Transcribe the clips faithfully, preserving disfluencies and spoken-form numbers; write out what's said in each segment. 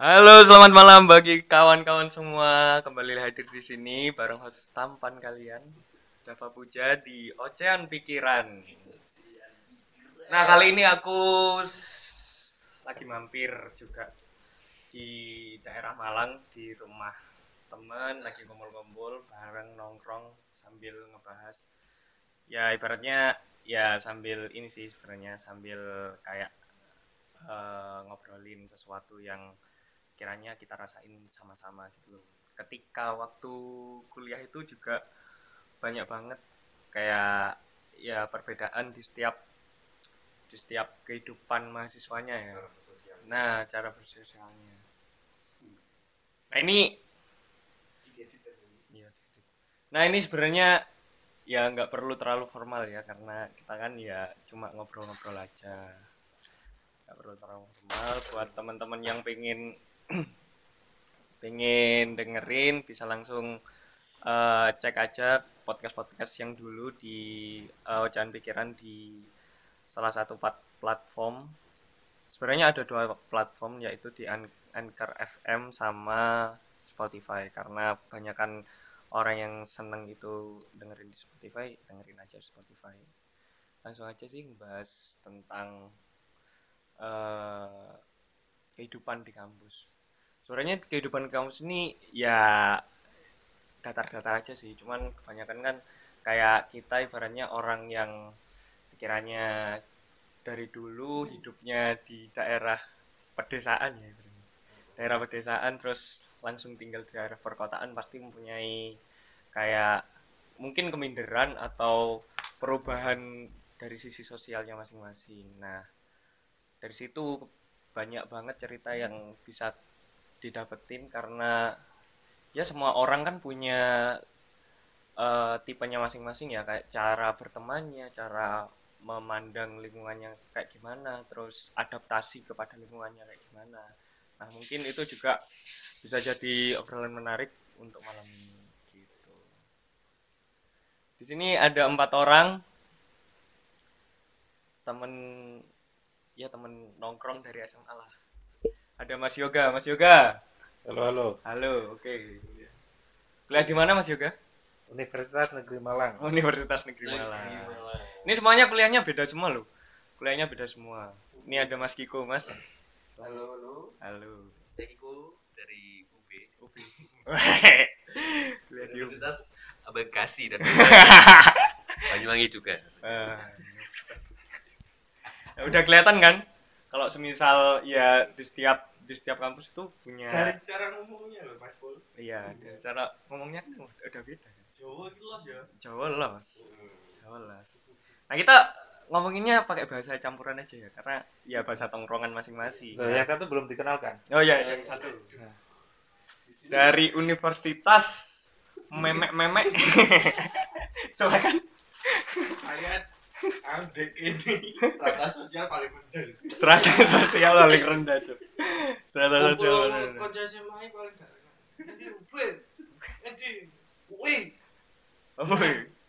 Halo, selamat malam bagi kawan-kawan semua. Kembali hadir di sini bareng host tampan kalian, Dava Puja di Ocehan Pikiran. Nah, kali ini aku s- lagi mampir juga di daerah Malang di rumah temen, lagi ngumpul-ngumpul bareng nongkrong sambil ngebahas. Ya ibaratnya ya sambil ini sih sebenarnya sambil kayak eh, ngobrolin sesuatu yang kiranya kita rasain sama-sama gitu loh. Ketika waktu kuliah itu juga banyak banget kayak ya perbedaan di setiap di setiap kehidupan mahasiswanya ya. Nah, cara bersosialnya. Nah, ini iya, Nah, ini sebenarnya ya nggak perlu terlalu formal ya karena kita kan ya cuma ngobrol-ngobrol aja. Nggak perlu terlalu formal buat teman-teman yang pengen pengen dengerin bisa langsung uh, cek aja podcast-podcast yang dulu di uh, Ocehan Pikiran di salah satu platform. Sebenarnya ada dua platform yaitu di Anchor F M sama Spotify karena kebanyakan orang yang seneng itu dengerin di Spotify, dengerin aja di Spotify. Langsung aja sih ngebahas tentang uh, kehidupan di kampus. Sebenarnya kehidupan kampus ini ya datar-datar aja sih, cuman kebanyakan kan kayak kita ibaratnya orang yang sekiranya dari dulu hidupnya di daerah pedesaan ya, daerah pedesaan terus langsung tinggal di daerah perkotaan pasti mempunyai kayak mungkin keminderan atau perubahan dari sisi sosialnya masing-masing. Nah, dari situ banyak banget cerita yang bisa didapetin karena ya semua orang kan punya uh, tipenya masing-masing ya, kayak cara bertemannya, cara memandang lingkungannya kayak gimana, terus adaptasi kepada lingkungannya kayak gimana. Nah, mungkin itu juga bisa jadi obrolan menarik untuk malam ini gitu. Di sini ada empat orang temen ya temen nongkrong dari S M A lah. Ada Mas Yoga, Mas Yoga. Halo, halo. Halo, oke. Okay. Kuliah di mana Mas Yoga? Universitas Negeri Malang. Universitas Negeri Malang. Ini semuanya kuliahnya beda semua loh. Kuliahnya beda semua. Ini ada Mas Kiko, Mas. Halo, halo. Halo. Saya Kiko dari U B. U B. Universitas Bekasi dan Banyuwangi juga. Uh, udah kelihatan kan? Kalau semisal ya di setiap di setiap kampus itu punya. Dari cara ngomongnya loh, Mas Pul. Iya, dari cara ngomongnya kan udah beda. Jawa jelas ya. Jawa los. Jawa los. Nah, kita ngomonginnya pakai bahasa campuran aja ya, karena ya bahasa tongkrongan masing-masing. Loh, yang satu belum dikenalkan. Oh iya, yang satu. Nah. Dari Universitas Memek-memek. Silakan. Saya ambil ini strata sosial paling rendah. Strata sosial paling rendah, Cuk. Strata sosial paling rendah. Kerja S M A paling enggak. Nanti wih. Nanti wih. Wih.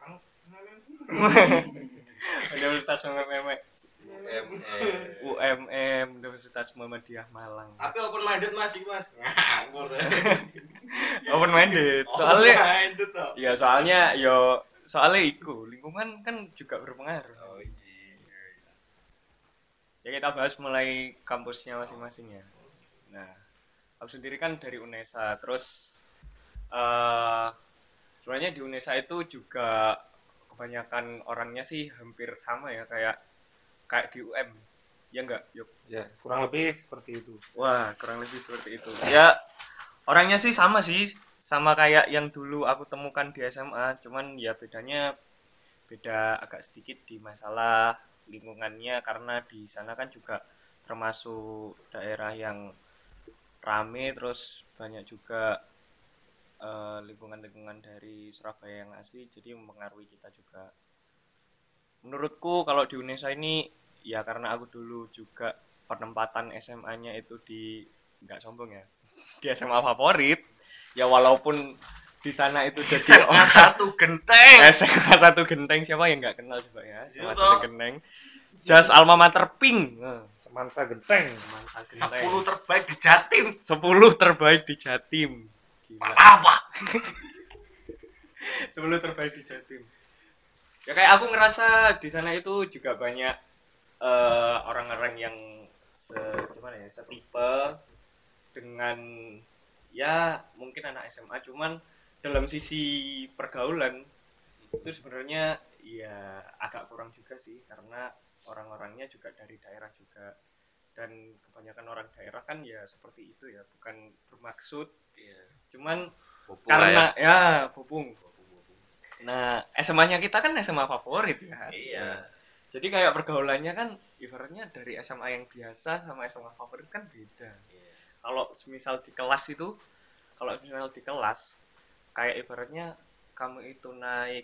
Universitas Memek-memek. U M M Universitas Muhammadiyah Malang. Tapi open minded masih Mas. Ngawur. Open minded. Soalnya minded toh. Ya soalnya yo soalnya iku lingkungan kan juga berpengaruh. Oh iya. Ya kita bahas mulai kampusnya masing-masing ya. Nah, aku sendiri kan dari UNESA, terus uh, sebenarnya di UNESA itu juga kebanyakan orangnya sih hampir sama ya, kayak kayak di U M. Ya enggak, Yuk? Ya, kurang lebih seperti itu. Wah, kurang lebih seperti itu. Ya, orangnya sih sama sih, sama kayak yang dulu aku temukan di S M A, cuman ya bedanya beda agak sedikit di masalah lingkungannya karena di sana kan juga termasuk daerah yang rame, terus banyak juga uh, lingkungan-lingkungan dari Surabaya yang asli, jadi mempengaruhi kita juga. Menurutku kalau di UNESA ini ya karena aku dulu juga penempatan S M A-nya itu di nggak sombong ya, di S M A favorit. Ya walaupun di sana itu jadi S M A satu genteng. S M A satu genteng siapa yang nggak kenal coba ya? S M A satu genteng. Jas alma mater pink. Semansa Genteng. Semansa Genteng. sepuluh terbaik di Jatim. sepuluh terbaik di Jatim. Gila. Apa? sepuluh terbaik di Jatim. Ya kayak aku ngerasa di sana itu juga banyak uh, orang-orang yang se gimana ya, setipe dengan ya mungkin anak S M A, cuman dalam sisi pergaulan itu sebenarnya ya agak kurang juga sih, karena orang-orangnya juga dari daerah juga, dan kebanyakan orang daerah kan ya seperti itu ya, bukan bermaksud, Iya. cuman Bopung karena ya. ya bopung. Nah, S M A-nya kita kan S M A favorit ya. Iya. Jadi kayak pergaulannya kan ibaratnya dari S M A yang biasa sama S M A favorit kan beda. Iya. Kalau semisal di kelas itu, kalau misal di kelas kayak ibaratnya kamu itu naik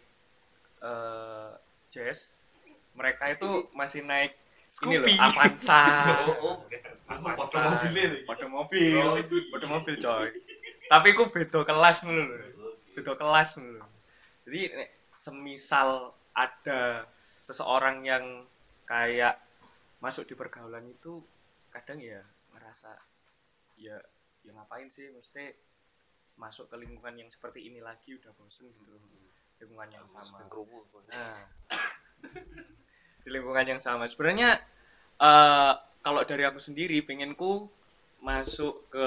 uh, jazz, mereka itu masih naik ini loh, Scoopy. Avanza. Oh, oh. Avanza. Pada mobil itu. Pada mobil. Oh, Pada mobil coy. Tapi ku beda kelas dulu loh. Beda kelas dulu. Jadi nek semisal ada seseorang yang kayak masuk di pergaulan itu, kadang ya ngerasa ya ya ngapain sih, mesti masuk ke lingkungan yang seperti ini lagi, udah bosen gitu, lingkungan yang sama. Nah, di lingkungan yang sama sebenarnya uh, kalau dari aku sendiri pengenku masuk ke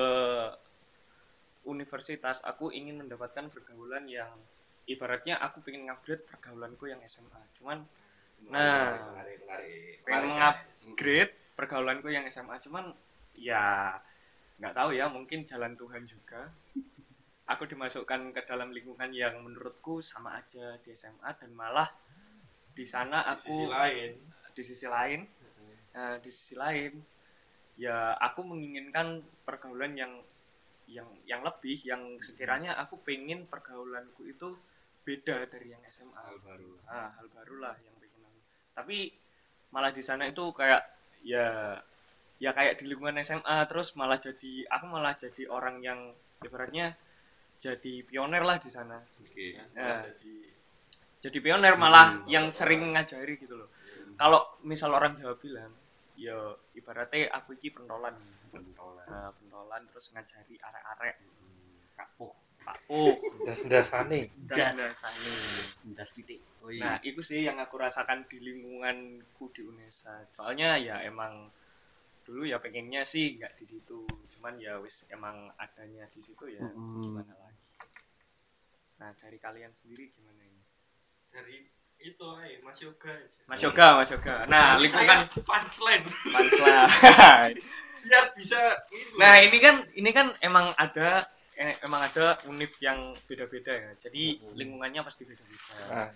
universitas, aku ingin mendapatkan pergaulan yang ibaratnya aku pengen ngupgrade pergaulanku yang S M A, cuman nah pengen mengupgrade pergaulanku yang S M A, cuman ya nggak tahu ya, mungkin jalan Tuhan juga aku dimasukkan ke dalam lingkungan yang menurutku sama aja di S M A, dan malah di sana aku Di sisi lain, di sisi lain nah, di sisi lain ya aku menginginkan pergaulan yang yang yang lebih, yang sekiranya aku pengen pergaulanku itu beda dari yang S M A, hal baru. ah hal baru lah yang pengen aku. Tapi malah di sana itu kayak ya ya kayak di lingkungan S M A, terus malah jadi aku malah jadi orang yang ibaratnya jadi pioner lah di sana. Oke. Nah, jadi jadi pioner malah Hmm. yang sering ngajari gitu loh. Kalau misal orang Jawa bilang ya ibaratnya aku iki pentolan, Pentolan. nah, pentolan terus ngajari arek-arek Kapuh. papuh Das-dasane. dan dasane. Das titik. Oh Nah, itu sih yang aku rasakan di lingkunganku di UNESA. Soalnya ya emang dulu ya pengennya sih nggak di situ, cuman ya wis emang adanya di situ ya, Mm-hmm. gimana lagi. Nah, dari kalian sendiri gimana ini? Dari itu ay Mas Yoga aja. Mas Yoga, Mas Yoga. Nah, lingkungan punchline panslah. biar bisa ini. Nah, ini kan ini kan emang ada eh, emang ada univ yang beda-beda ya. Jadi lingkungannya pasti beda-beda. Nah,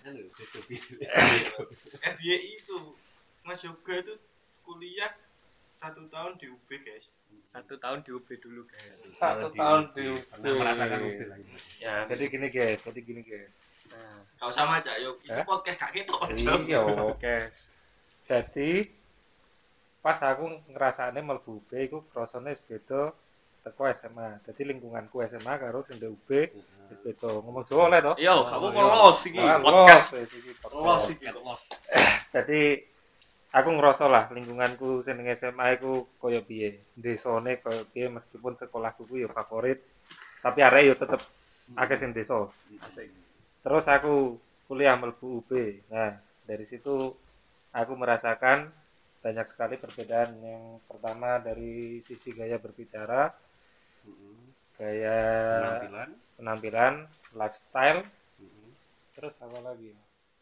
F Y I itu Mas Yoga itu kuliah satu tahun di U B guys. Satu tahun di U B dulu, guys. satu tahun di U B. Pernah merasakan U B lagi. Ya, Jadi gini guys, jadi gini guys. nah, Gak usah macak yuk. Itu Hah? podcast gak gitu aja. Iya. guys. Jadi pas aku ngerasane mlebu U B iku krasane wis beda teko S M A. Jadi lingkunganku S M A karo sing di U B wis beda. Ngomong Jawa oleh to? Yo, kamu los iki Wah, podcast. los, iki podcast. Los iki. Jadi aku ngerasa lah lingkunganku sing ning S M A iku kaya piye. Desane kaya piye, meskipun sekolahku ku ya favorit, tapi arek yo tetep akeh sing desa. Asik. Terus aku kuliah mlebu U B. Nah, dari situ aku merasakan banyak sekali perbedaan. Yang pertama dari sisi gaya berbicara, gaya Penampilan. penampilan, lifestyle, terus apa lagi?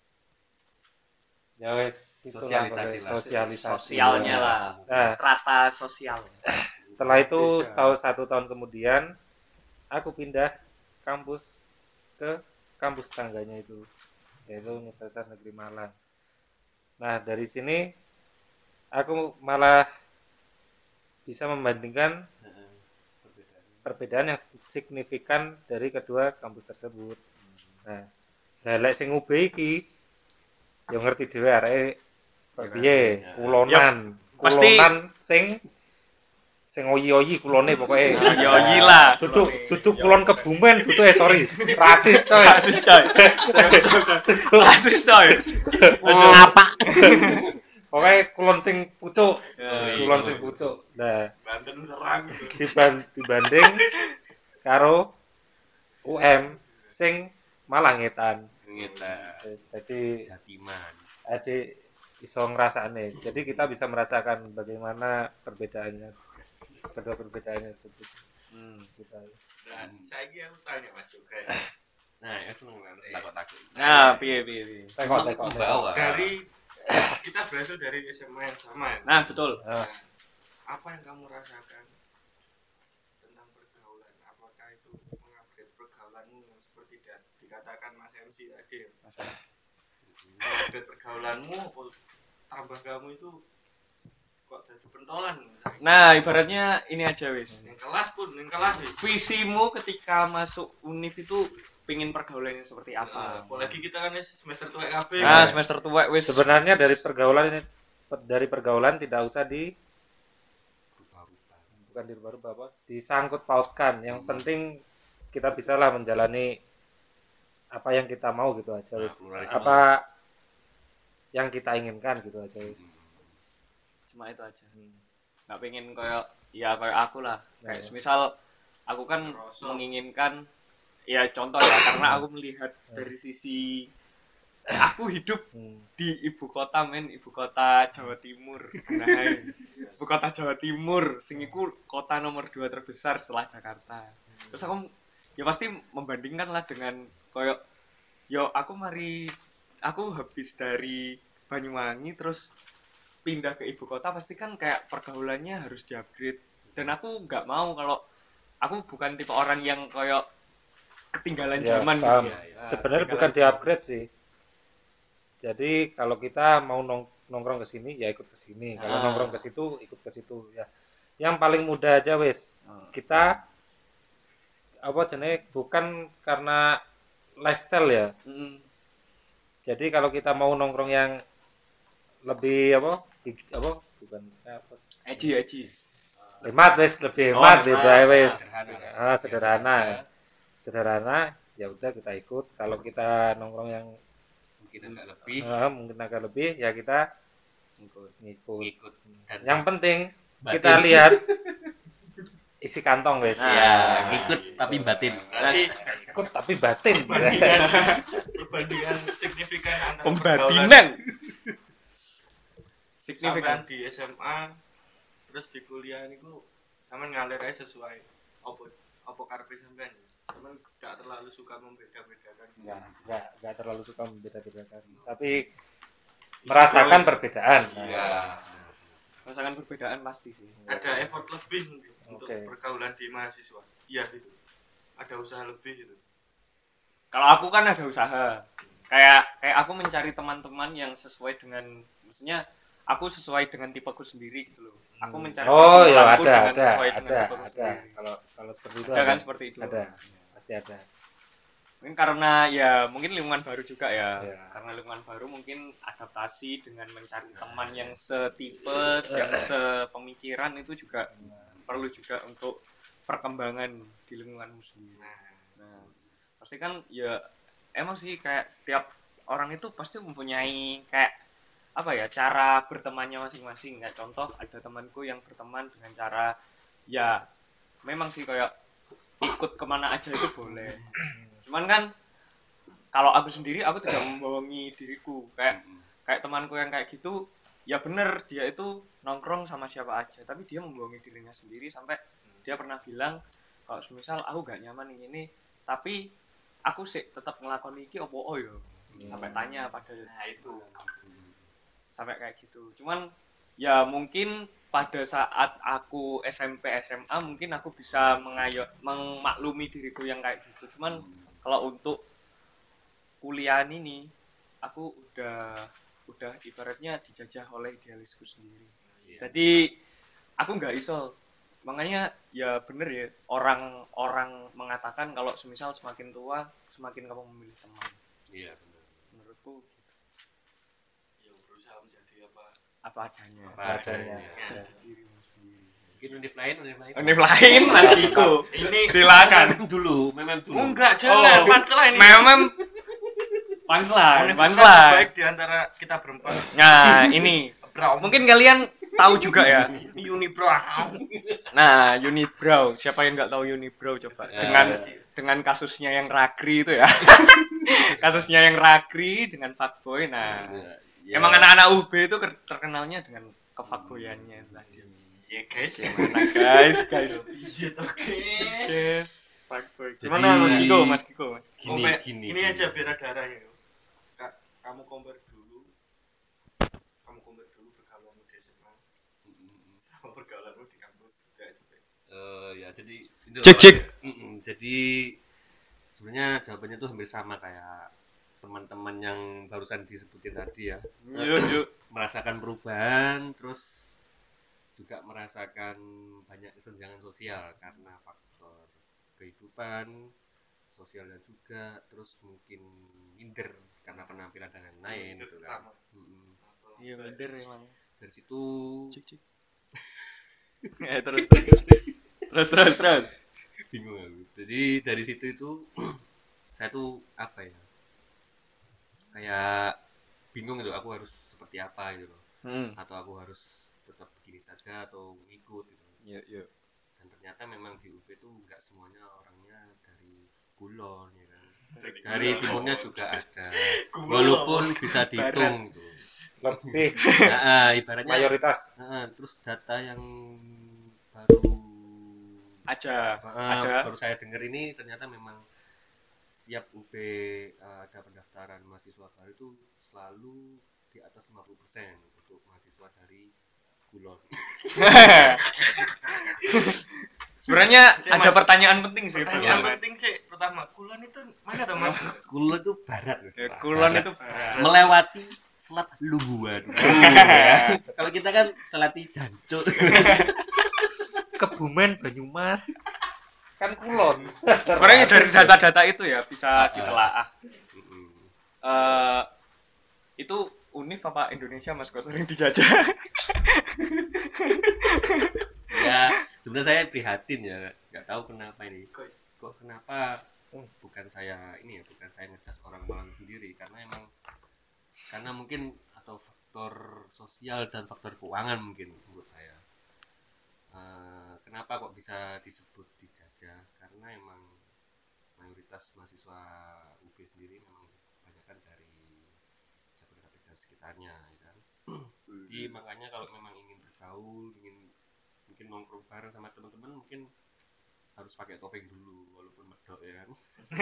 Ya wes itulah Sosialisasi lah. sosialisasi. Sosialnya lah. Nah, Strata sosial. setelah itu Beda. setahun satu tahun kemudian aku pindah kampus ke kampus tangganya itu, yaitu Universitas Negeri Malang. Nah, dari sini aku malah bisa membandingkan perbedaan yang signifikan dari kedua kampus tersebut. Nah, lek sing U B iki yo ngerti dhewe areke kok piye, kulonan. pasti- Kulonan sing sing oyi-oyi kulone pokoke. Yo gila. Duduk duduk kulon Kebumen, duduk eh sorry. Rasis coy. Rasis coy. Rasis coy. Apa? Pokoknya kulon sing pucuk. Ya, Kulon sing pucuk. Nah, Banten serang. diban- dibanding karo U M sing Malangetan. Kita Wis, Jadi Jatiman. adik iso ngrasakne. Jadi kita bisa merasakan bagaimana perbedaannya. Kedua perbedaannya tersebut. Hmm. Kita. Dan saya aku tanya Mas Yoga. Nah, aku seneng takut-takut. Nah, piye piye piye. Tekok tekok. Bawah. Dari kita berasal dari S M A yang sama ya. Nah, betul. Nah, Apa yang kamu rasakan tentang pergaulan? Apakah itu mengupgrade pergaulanmu yang seperti di- dikatakan Mas M C tadi? ya? Mengupgrade pergaulanmu, apa tambah kamu itu kok jadi pentolan? misalnya? Nah, ibaratnya ini aja wis. Yang kelas pun, yang kelas wis. Visimu ketika masuk univ itu pingin pergaulannya seperti Nah, apa? apalagi kita kan wis semester tua K B. Nah, semester tua wis. sebenarnya dari pergaulan ini dari pergaulan tidak usah di bukan dirubah-rubah apa disangkut pautkan. Yang penting kita bisalah menjalani apa yang kita mau gitu aja wis. Apa yang kita inginkan gitu aja wis. Cuma itu aja. Nggak pengen kayak ya kayak aku lah. Kayak Nah. semisal aku kan Rosok. menginginkan ya contoh ya karena aku melihat dari sisi aku hidup Hmm. di ibu kota men, ibu kota Jawa Timur. Nah, ibu kota Jawa Timur sing iku kota nomor dua terbesar setelah Jakarta. Terus aku ya pasti membandingkan lah dengan koyo yo aku mari aku habis dari Banyuwangi terus pindah ke ibu kota pasti kan kayak pergaulannya harus di-upgrade dan aku nggak mau kalau aku bukan tipe orang yang koyo ketinggalan Ya, zaman paham. gitu ya. Nah, Sebenarnya ketinggalan bukan di-upgrade sih. Jadi kalau kita mau nong nongkrong ke sini ya ikut ke sini. Kalau Ah. nongkrong ke situ ikut ke situ ya. Yang paling mudah aja wis. zaman. Kita apa jenenge bukan karena lifestyle ya. Mm. Jadi kalau kita mau nongkrong yang lebih apa? Di- apa? Bukan apa? Eji eji. Hemat wis, lebih Oh, hemat hemat. gitu aja wis. Sederhana. Ah, sederhana. Biasa saja. Sederhana, ya udah kita ikut. Kalau kita nongkrong yang Mungkin agak lebih ah, mungkin agak lebih ya kita Ikut. ngikut. ikut dan Yang penting batin. kita lihat isi kantong wis. Nah. ya ikut tapi batin. Berarti Ikut tapi batin. perbandingan perbandingan signifikan antara Pembatinan. signifikan Signifikan. di S M A terus di kuliah niku sampean ngalir aja sesuai apa apa karepe sampean. Sampean gak terlalu suka membeda-bedakan. Enggak, enggak, enggak terlalu suka membeda-bedakan. Tapi merasakan perbedaan. Nah, Ya. Merasakan perbedaan pasti sih. ada effort lebih mungkin untuk Oke. pergaulan di mahasiswa. Iya gitu. Ada usaha lebih gitu. Kalau aku kan ada usaha. Kayak kayak aku mencari teman-teman yang sesuai dengan maksudnya aku sesuai dengan tipeku sendiri gitu loh. Aku mencari Oh ya temanku ada, dengan ada, sesuai dengan ada, tipeku ada. sendiri. Kalau kalau seperti itu Ada kan seperti itu. Ada, pasti ada. Mungkin karena ya mungkin lingkungan baru juga ya. Ya. Karena lingkungan baru mungkin adaptasi dengan mencari teman yang setipe, yang sepemikiran itu juga perlu juga untuk perkembangan di lingkunganmu sendiri. Nah, pasti kan ya emang sih kayak setiap orang itu pasti mempunyai kayak apa ya cara bertemannya masing-masing. Kayak contoh ada temanku yang berteman dengan cara ya memang sih kayak ikut kemana aja itu boleh. Cuman kan kalau aku sendiri aku tidak membohongi diriku kayak kayak temanku yang kayak gitu ya bener dia itu nongkrong sama siapa aja tapi dia membohongi dirinya sendiri sampai dia pernah bilang kalau semisal aku gak nyaman ini tapi aku sih tetap ngelakoni iki opo oh yo sampai tanya padahal Nah, itu. sampai kayak gitu cuman ya mungkin pada saat aku S M P S M A mungkin aku bisa mengayo memaklumi diriku yang kayak gitu cuman kalau untuk kuliah ini aku udah udah ibaratnya dijajah oleh idealisku sendiri jadi aku nggak iso makanya ya bener ya orang-orang mengatakan kalau semisal semakin tua semakin kamu memilih teman Iya benar. menurutku gitu. Ya berusaha menjadi apa? Apa adanya Apa adanya. jadi dirimu sendiri Mungkin univ lain, univ lain. univ lain masih iku Ini silakan Memem dulu, memem dulu. enggak jangan Oh. punchline ini. memang punchline Universitas punchline terbaik di antara kita berempat. nah ini Brown. Mungkin kalian tahu juga ya. Unibrow. Nah, Unibrow. Siapa yang nggak tahu Unibrow coba? Ya, Dengan ya. dengan kasusnya yang Ragri itu ya. Kasusnya yang Ragri dengan fuckboy. Nah, Ya. emang anak-anak U B itu ker- terkenalnya dengan kefuckboyannya tadi. Iya guys. Gimana guys, guys. Iya toh guys. Yes, fuckboy. Jadi- Gimana Mas Kiko, Mas Kiko, Mas? Gini, Compare- gini, ini gini. aja biar ada arahnya. Kak, kamu compare dulu. Kamu compare dulu pergaulanmu di S M A sama pergaulanmu di kampus juga coba. Eh, ya jadi itu Cek, apa cek. ya? Mm-mm, jadi sebenarnya jawabannya tuh hampir sama kayak teman-teman yang barusan disebutin tadi ya. Yuk, yuk. Merasakan perubahan, terus juga merasakan banyak kesenjangan sosial karena faktor kehidupan sosialnya juga, terus mungkin minder karena penampilan dan lain-lain gitu kan. Pertama. Mm-mm. Iya, bener emang. Dari situ Cik, cik. Eh, terus, terus. Terus, terus, terus. bingung aku. Jadi dari situ itu saya tuh apa ya? Kayak bingung gitu, aku harus seperti apa gitu loh. Hmm. Atau aku harus tetap begini saja atau ngikut gitu. Yuk, yuk. Dan ternyata memang di U B itu nggak semuanya orangnya dari Kulon ya kan. Dari Dari Kulon. timurnya juga ada. Kulon. Walaupun bisa dihitung gitu. Lebih Nah, ah, ibaratnya mayoritas. ah, terus data yang baru Aja. ah, Ada. baru saya dengar ini ternyata memang setiap U B uh, ada pendaftaran mahasiswa baru itu selalu di atas lima puluh persen untuk mahasiswa dari Kulon. Sebenarnya Sih, ada Mas. pertanyaan penting sih. Pertanyaan pertama. penting sih pertama, Kulon itu mana tuh Mas? Kulon itu barat. Mas. Ya, Kulon Barat. itu barat. Melewati Selat Lubuan. Ya. Kalau kita kan selati Jancuk. Kebumen Banyumas kan Kulon. Sebenarnya dari data-data itu ya bisa Ah, ah. ditelaah. Mm-mm. Eh, itu Univ apa Indonesia Mas kok sering dijajah? Ya, sebenarnya saya prihatin ya, nggak tahu kenapa ini. Kok kenapa bukan saya ini ya, bukan saya ngejudge orang Malang sendiri karena emang karena mungkin atau faktor sosial dan faktor keuangan mungkin menurut saya. Eh, kenapa kok bisa disebut dijajah? Karena emang mayoritas mahasiswa U B sendiri memang kebanyakan dari Jabodetabek dan sekitarnya, ya kan. Jadi makanya kalau memang ingin bergaul, ingin mungkin nongkrong bareng sama teman-teman mungkin harus pakai topeng dulu walaupun medok ya kan.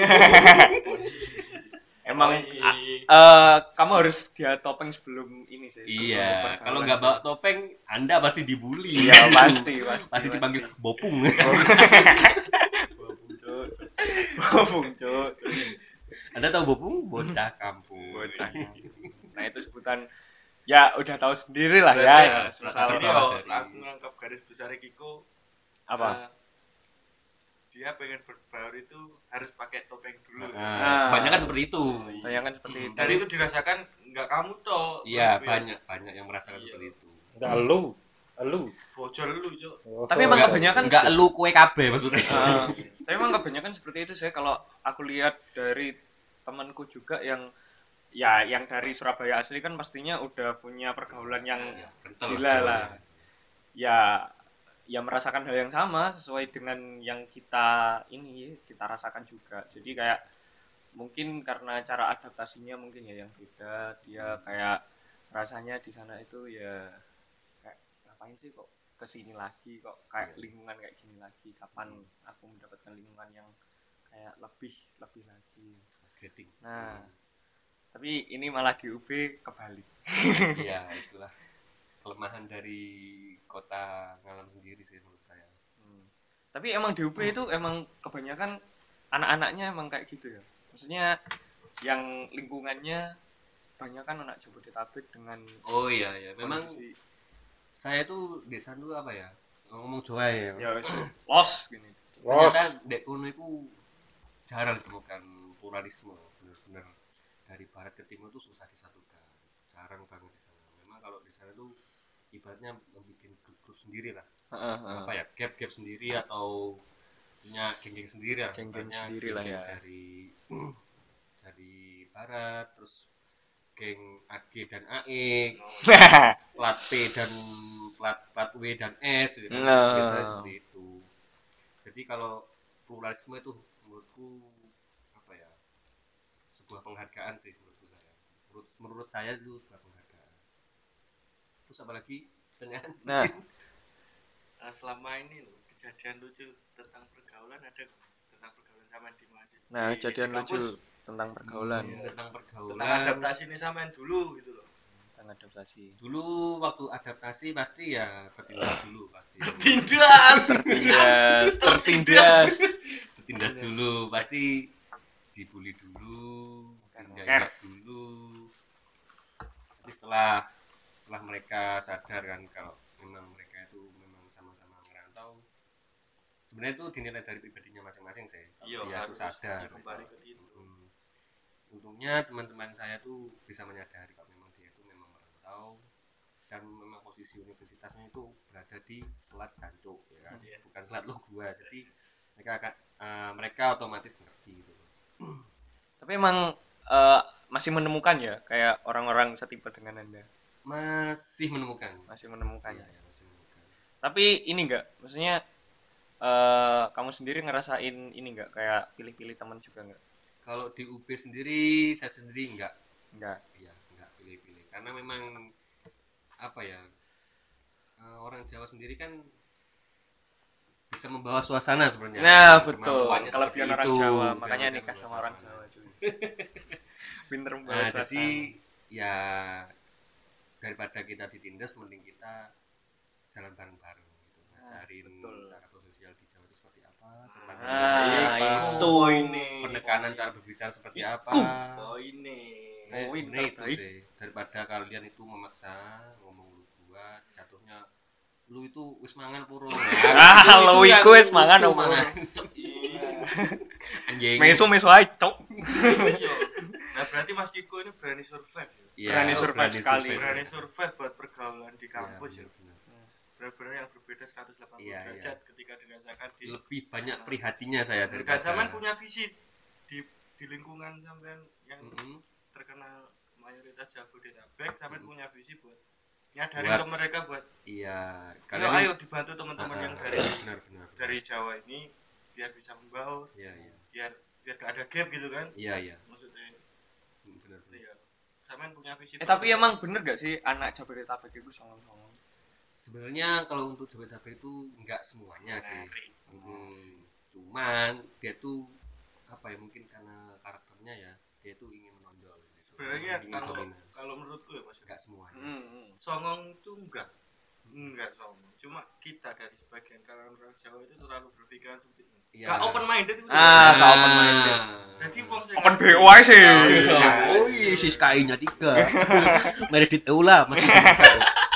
Emang Oh, ah, iya. eh, kamu harus dia topeng sebelum ini sih. Iya, sebelum kalau pergaulan nggak sih. bawa topeng Anda pasti dibully. Iya pasti, pasti. Pasti dipanggil bopung. Bopung, Cuk. Bopung, Cuk. Anda tahu bopung? Bocah kampung. Bocah. Nah, itu sebutan ya udah tahu sendiri lah ya. Ya, Misal Ini Salah oh, dari- aku ngangkap garis besar Kiko. apa? eh, dia pengen berbaur itu harus pakai topeng dulu. Nah, kebanyakan seperti itu. Bayangan seperti itu. Dan itu dirasakan nggak kamu toh. Iya, Tapi banyak banyak yang merasakan Iya. seperti itu. Enggak elu, elu. Bocor lu, Cuk. Tapi emang Nggak- kebanyakan nggak elu kue kabeh maksudnya. Eh, tapi emang kebanyakan seperti itu saya kalau aku lihat dari temanku juga yang ya yang dari Surabaya asli kan pastinya udah punya pergaulan yang Ya, kental gila jauh lah. ya. Ya ya merasakan hal yang sama sesuai dengan yang kita ini kita rasakan juga. Jadi kayak mungkin karena cara adaptasinya mungkin ya yang beda. Dia kayak rasanya di sana itu ya kayak ngapain sih kok kesini lagi kok kayak lingkungan kayak gini lagi, kapan aku mendapatkan lingkungan yang kayak lebih lebih lagi. Upgrading. Nah, tapi ini malah di U B kebalik. Iya, itulah kelemahan dari kota Ngalam sendiri sih menurut saya. Hmm. Tapi emang di U B itu emang kebanyakan anak-anaknya emang kayak gitu ya. Maksudnya yang lingkungannya banyak kan anak Jabodetabek dengan Oh iya ya, memang kondisi- saya tuh di sana tuh apa ya? Ngomong Jawa ya. ya wis los gini. Los. Ternyata dek kono itu jarang ditemukan pluralisme, benar-benar dari barat ke timur tuh susah disatukan. Jarang banget di sana. Memang kalau di sana tuh ibaratnya membuat grup-grup sendiri lah. Heeh, heeh. Apa ya? Gap-gap sendiri atau punya geng-geng sendiri lah. Geng-geng Ibaratnya sendiri lah geng-geng ya. Dari dari barat terus geng A G dan A E, plat P dan plat plat W dan S gitu kan. Nah. Biasanya seperti itu. Jadi kalau pluralisme itu menurutku apa ya, sebuah penghargaan sih menurut saya. Menurut, menurut saya itu sebuah penghargaan. Terus apalagi pertanyaan? Nah, Nah, selama ini loh kejadian lucu tentang pergaulan ada nggak, Mas? Tentang pergaulan sama di masjid. nah Di- kejadian di kampus, lucu tentang pergaulan, Hmm, tentang pergaulan. tentang adaptasi ini samain dulu gitu loh. tentang adaptasi. Dulu waktu adaptasi pasti ya bertindas dulu pasti. Tindas. Tertindas, tertindas. Bertindas dulu pasti dibully dulu, Ker. diinjak dulu. Tapi setelah setelah mereka sadar kan kalau memang mereka itu memang sama-sama merantau, sebenarnya itu dinilai dari pribadinya masing-masing sih. Iya, Dia tuh harus sadar. kembali ke situ. Hmm. Untungnya teman-teman saya tuh bisa menyadari kalau memang dia itu memang merantau dan memang posisi universitasnya itu berada di Selat Jancuk ya kan, Iya. bukan Selat Logua, jadi mereka akan uh, mereka otomatis ngerti gitu. Tapi emang eh, masih menemukan ya kayak orang-orang setipe dengan Anda. Masih menemukan. Masih menemukan. Iya, ya, masih menemukan. Tapi ini enggak, maksudnya eh, kamu sendiri ngerasain ini enggak kayak pilih-pilih teman juga enggak? Kalau di U B sendiri saya sendiri enggak, Enggak. ya enggak pilih-pilih karena memang apa ya, uh, orang Jawa sendiri kan bisa membawa suasana sebenarnya. Nah, betul. Kemampuannya Kelebihan seperti orang itu. Jawa, Dia makanya bisa nikah membawa sama orang suasana. Jawa cuy. Pinter membawa Nah, suasana. jadi ya daripada kita ditindas mending kita jalan bareng-bareng gitu. Ngajarin betul. cara bersosial di Jawa itu seperti apa, tentang Ah, seperti apa, itu. ini. penekanan cara berbicara seperti apa. Oh ini. Nah, Poin sebenarnya itu terbaik. sih, daripada kalian itu memaksa ngomong lu gua, jatuhnya lu itu wis mangan puro. Ah, lu yang iku wis mangan lucu, opo? mangan. Iya. Anjing. Meso-meso ae, cok. Iya. Nah berarti Mas Kiko ini berani survive ya? Iya, Berani survive sekali. Berani survive buat pergaulan di kampus ya? Iya, benar, benar. Benar-benar yang berbeda seratus delapan puluh Iya, derajat ketika dirasakan di Lebih banyak prihatinya saya dan daripada zaman punya visi di di lingkungan sampean yang Mm-mm. terkenal mayoritas Jabodetabek, sampean punya visi buat nyadarin Buat- ke mereka buat Iya, ayo, kalian ayo dibantu teman-teman Ah, yang ah, dari benar, benar. dari Jawa ini biar bisa membaur, Iya, iya. biar biar gak ada gap gitu kan Iya, iya. maksudnya. Hmm, benar, benar. Iya, sampean punya visi. Eh tapi emang bener gak sih anak Jabodetabek itu songong-songong? Sebenarnya kalau untuk Jabodetabek itu enggak semuanya sih. Hmm, cuman dia tuh apa ya, mungkin karena karakternya ya, dia tuh ingin menonjol gitu. Sebenarnya Ingin kalau dominan. kalau menurutku ya Mas, Enggak semuanya. Hmm. songong itu enggak enggak songong, cuma kita dari sebagian kalangan orang Jawa itu terlalu berpikiran seperti itu. Iya. Gak open minded itu. Ah, gak open minded. Jadi wong sing Open B O aja sih. Oh iya, si Sky-nya tiga. Meredith Eula masih buka.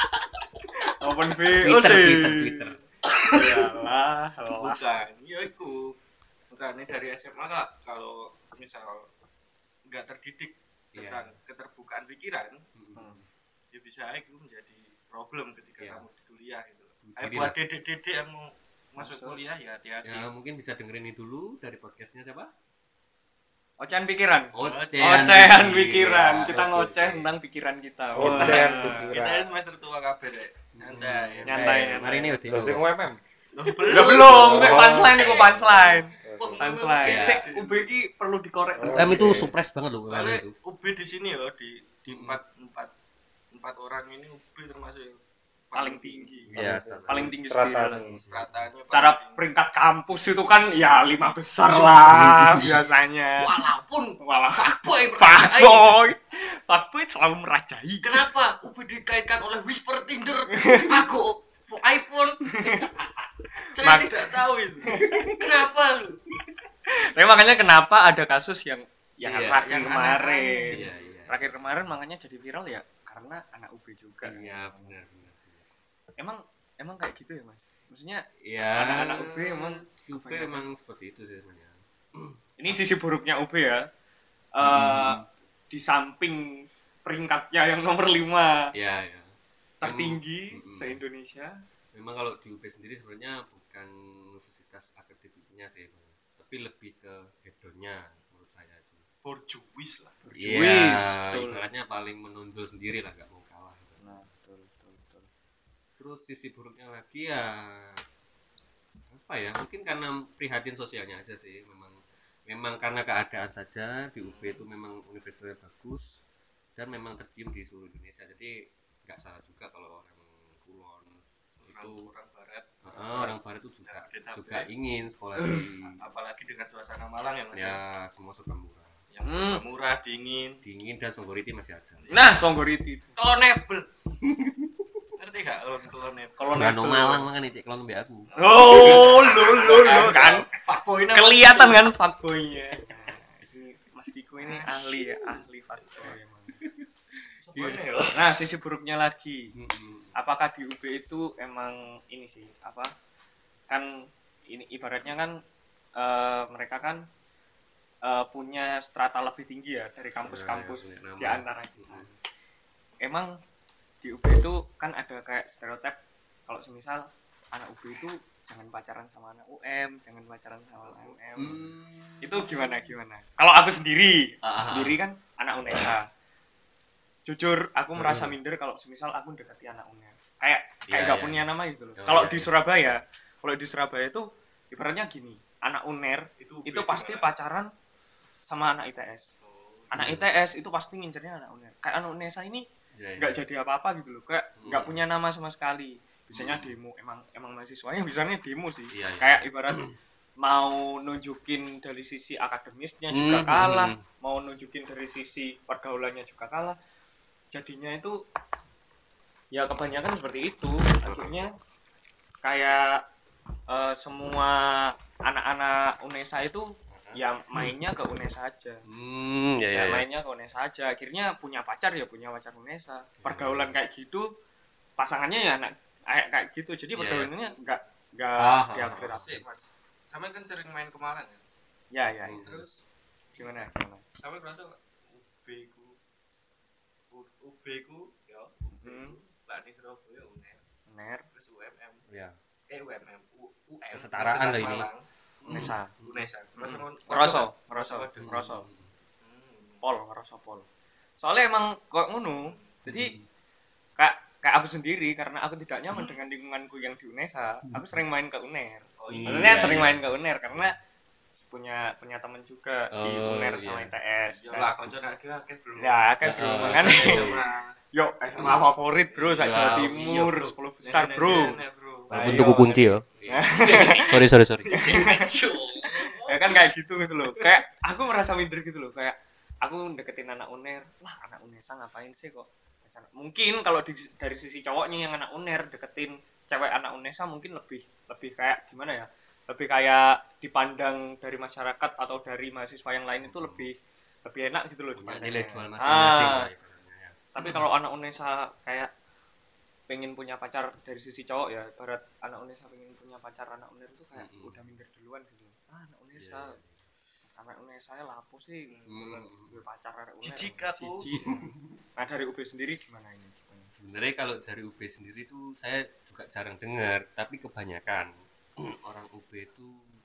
Open B O Twitter, sih. Twitter, Twitter. Yalah, alah. bukan, ya iku. Bukan ini dari S M A lah kalau misal nggak terdidik Iya. tentang keterbukaan pikiran, Hmm. ya bisa itu menjadi problem ketika Iya. kamu di kuliah gitu. Ayo Jadi buat lah. dedek-dedek yang mau masuk Masuk. kuliah ya hati-hati. Ya mungkin bisa dengerin ini dulu dari podcastnya siapa? Ocehan pikiran. Ocehan Ocehan pikiran. Kita Oke, ngoceh oke. tentang pikiran kita. Ocehan Wah. pikiran. Kita ini semester tua kabeh deh. Nyantai. Hmm, Nyantai, eh, nyantai. Mari ini udah. Lho sing U M M. Loh, Udah belum, Oh. gue punchline iku punchline. Wah, Punchline. Oke. Sik U B iki perlu dikorek. Oh. Kami itu surprise banget loh kemarin Soalnya itu. U B di sini loh di di Hmm. empat empat empat orang ini U B termasuk yang Paling paling tinggi. Iya, Paling tinggi Stratanya. sendiri. Stratanya paling Cara tinggi. peringkat kampus itu kan ya lima besar lah biasanya. Walaupun Walah, fuckboy merajai. fuckboy. Fuckboy selalu merajai. Kenapa U B dikaitkan oleh Whisper Tinder? Aku iPhone. Saya Mak- tidak tahu itu. Kenapa? Tapi makanya kenapa ada kasus yang yang Iya, terakhir yang kemarin. Iya, iya. Terakhir kemarin makanya jadi viral ya karena anak U B juga. Iya, benar, benar. Emang emang kayak gitu ya, Mas? Maksudnya Iya. Anak-anak U B emang U B emang seperti itu sih sebenarnya. ini sisi buruknya U B ya. Eh Hmm. di samping peringkatnya yang nomor lima Iya, iya. tertinggi Hmm. se-Indonesia. Memang kalau di U B sendiri sebenarnya bukan universitas akademiknya sih, Bang. Tapi lebih ke hedonnya menurut saya itu. borjuis lah. Berjuis, Iya, betul. ibaratnya paling menonjol sendiri lah, nggak mau kalah. Nah, betul, betul, betul. Terus sisi buruknya lagi ya apa ya? Mungkin karena prihatin sosialnya aja sih. Memang memang karena keadaan saja di U B itu memang universitasnya bagus dan memang tercium di seluruh Indonesia. Jadi nggak salah juga kalau orang Kulon Orang, itu orang barat, uh, orang barat itu juga Jabodetabek. juga ingin sekolah di apalagi dengan suasana Malang ya Mas. ya semua serba murah. Yang Hmm. serba murah, dingin. Dingin dan Songgoriti masih ada. Nah, Songgoriti. Kelonebel. Ngerti gak kelon kelonebel? Kalau Nggak no nebel. Malang kan itu kalau mbak aku. Oh, lu lu lu kan. Fuckboy-nya Kelihatan kan fuckboy-nya. Nah, ini Mas Kiko ini ahli ya, ahli fuckboy emang. Sebenarnya ya. Nah, sisi buruknya lagi. Mm-mm. Apakah di U B itu emang ini sih, apa? Kan ini ibaratnya kan eh, mereka kan eh, punya strata lebih tinggi ya dari kampus-kampus Ya, ya, punya di nama. antara kita. Mm-mm. Emang di U B itu kan ada kayak stereotip kalau semisal anak U B itu jangan pacaran sama anak U M, jangan pacaran sama anak U M. Hmm. Itu gimana gimana? Kalau aku sendiri, Ah, aku sendiri kan anak UNESA. Jujur, aku merasa Hmm. minder kalau semisal aku dekati anak U N E R. Kayak kayak Iya, gak iya. punya nama gitu loh. Oh, Kalau iya, di iya. Surabaya, kalau di Surabaya itu ibaratnya gini, anak U N E R Itu itu beda. pasti pacaran sama anak I T S. Oh, Anak Hmm. I T S itu pasti ngincernya anak U N E R. Kayak anak UNESA ini Ya, ya. nggak jadi apa-apa gitu loh, kayak nggak Hmm. punya nama sama sekali. Biasanya Hmm. demo, emang emang mahasiswanya biasanya demo sih. Iya, iya. Kayak ibarat mau nunjukin dari sisi akademisnya juga Hmm, kalah, hmm. mau nunjukin dari sisi pergaulannya juga kalah. Jadinya itu ya kebanyakan seperti itu. Akhirnya kayak eh, semua anak-anak UNESA itu ya mainnya ke UNESA aja. Hmm, ya, ya, Ya, ya. mainnya ke UNESA aja. Akhirnya punya pacar ya punya pacar UNESA. Pergaulan kayak gitu pasangannya ya anak kayak kayak gitu. Jadi Iya, pergaulannya enggak enggak Ah, diupgrade Sih, upgrade. Mas. Sama kan sering main ke Malang ya. Ya ya. Hmm. ya. Terus Gimana? Gimana? sampai merasa U B ku U- UB ku ya U B Hmm. ku lah di Surabaya U N E R U N E R, terus U M M Ya. eh U M M U- UM Kesetaraan lah Universitas ini. Malang. UNESA. UNESA Hmm. Ngeroso, ngeroso, Waduh. ngeroso. Hmm. Pol, ngeroso pol. Soalnya emang kok ngono. Jadi kayak kayak aku sendiri karena aku tidak nyaman dengan lingkunganku yang di UNESA, aku sering main ke U N E R. Oh Maksudnya Iya, sering iya. main ke U N E R karena punya punya teman juga di Oh, U N E R sama iya. I T S. Ya Dan- lah kanca nek akeh bro. Ya, akeh bro, Ah, makanya Sama. yuk S M A favorit bro, sak Jawa Wow, Timur, Iya, bro. sepuluh besar Nenek, bro. nenek, bro. Walaupun Ayo, tuku kunci ya. sorry, sorry, sorry. Ya kan kayak gitu gitu loh. Kayak aku merasa minder gitu loh. Kayak aku deketin anak U N E R, lah anak UNESA ngapain sih kok? Mungkin kalau di, dari sisi cowoknya yang anak U N E R deketin cewek anak UNESA mungkin lebih lebih kayak gimana ya? Lebih kayak dipandang dari masyarakat atau dari mahasiswa yang lain itu lebih lebih enak gitu loh Punya dipandangnya. nilai jual masing-masing Ah, lah ibaratnya ya. tapi kalau anak UNESA kayak pengen punya pacar dari sisi cowok ya, ibarat anak UNESA pengen punya pacar anak U N E R itu kayak Mm-mm. udah minder duluan gitu. Ah, anak UNESA, Iya, anak UNESA ya lapo sih, Hmm. gue pacar anak U N E R. Jijik aku. Jijik. Nah, dari U B sendiri gimana ini? Gimana? Sebenarnya kalau dari U B sendiri tuh saya juga jarang dengar, tapi kebanyakan orang U B itu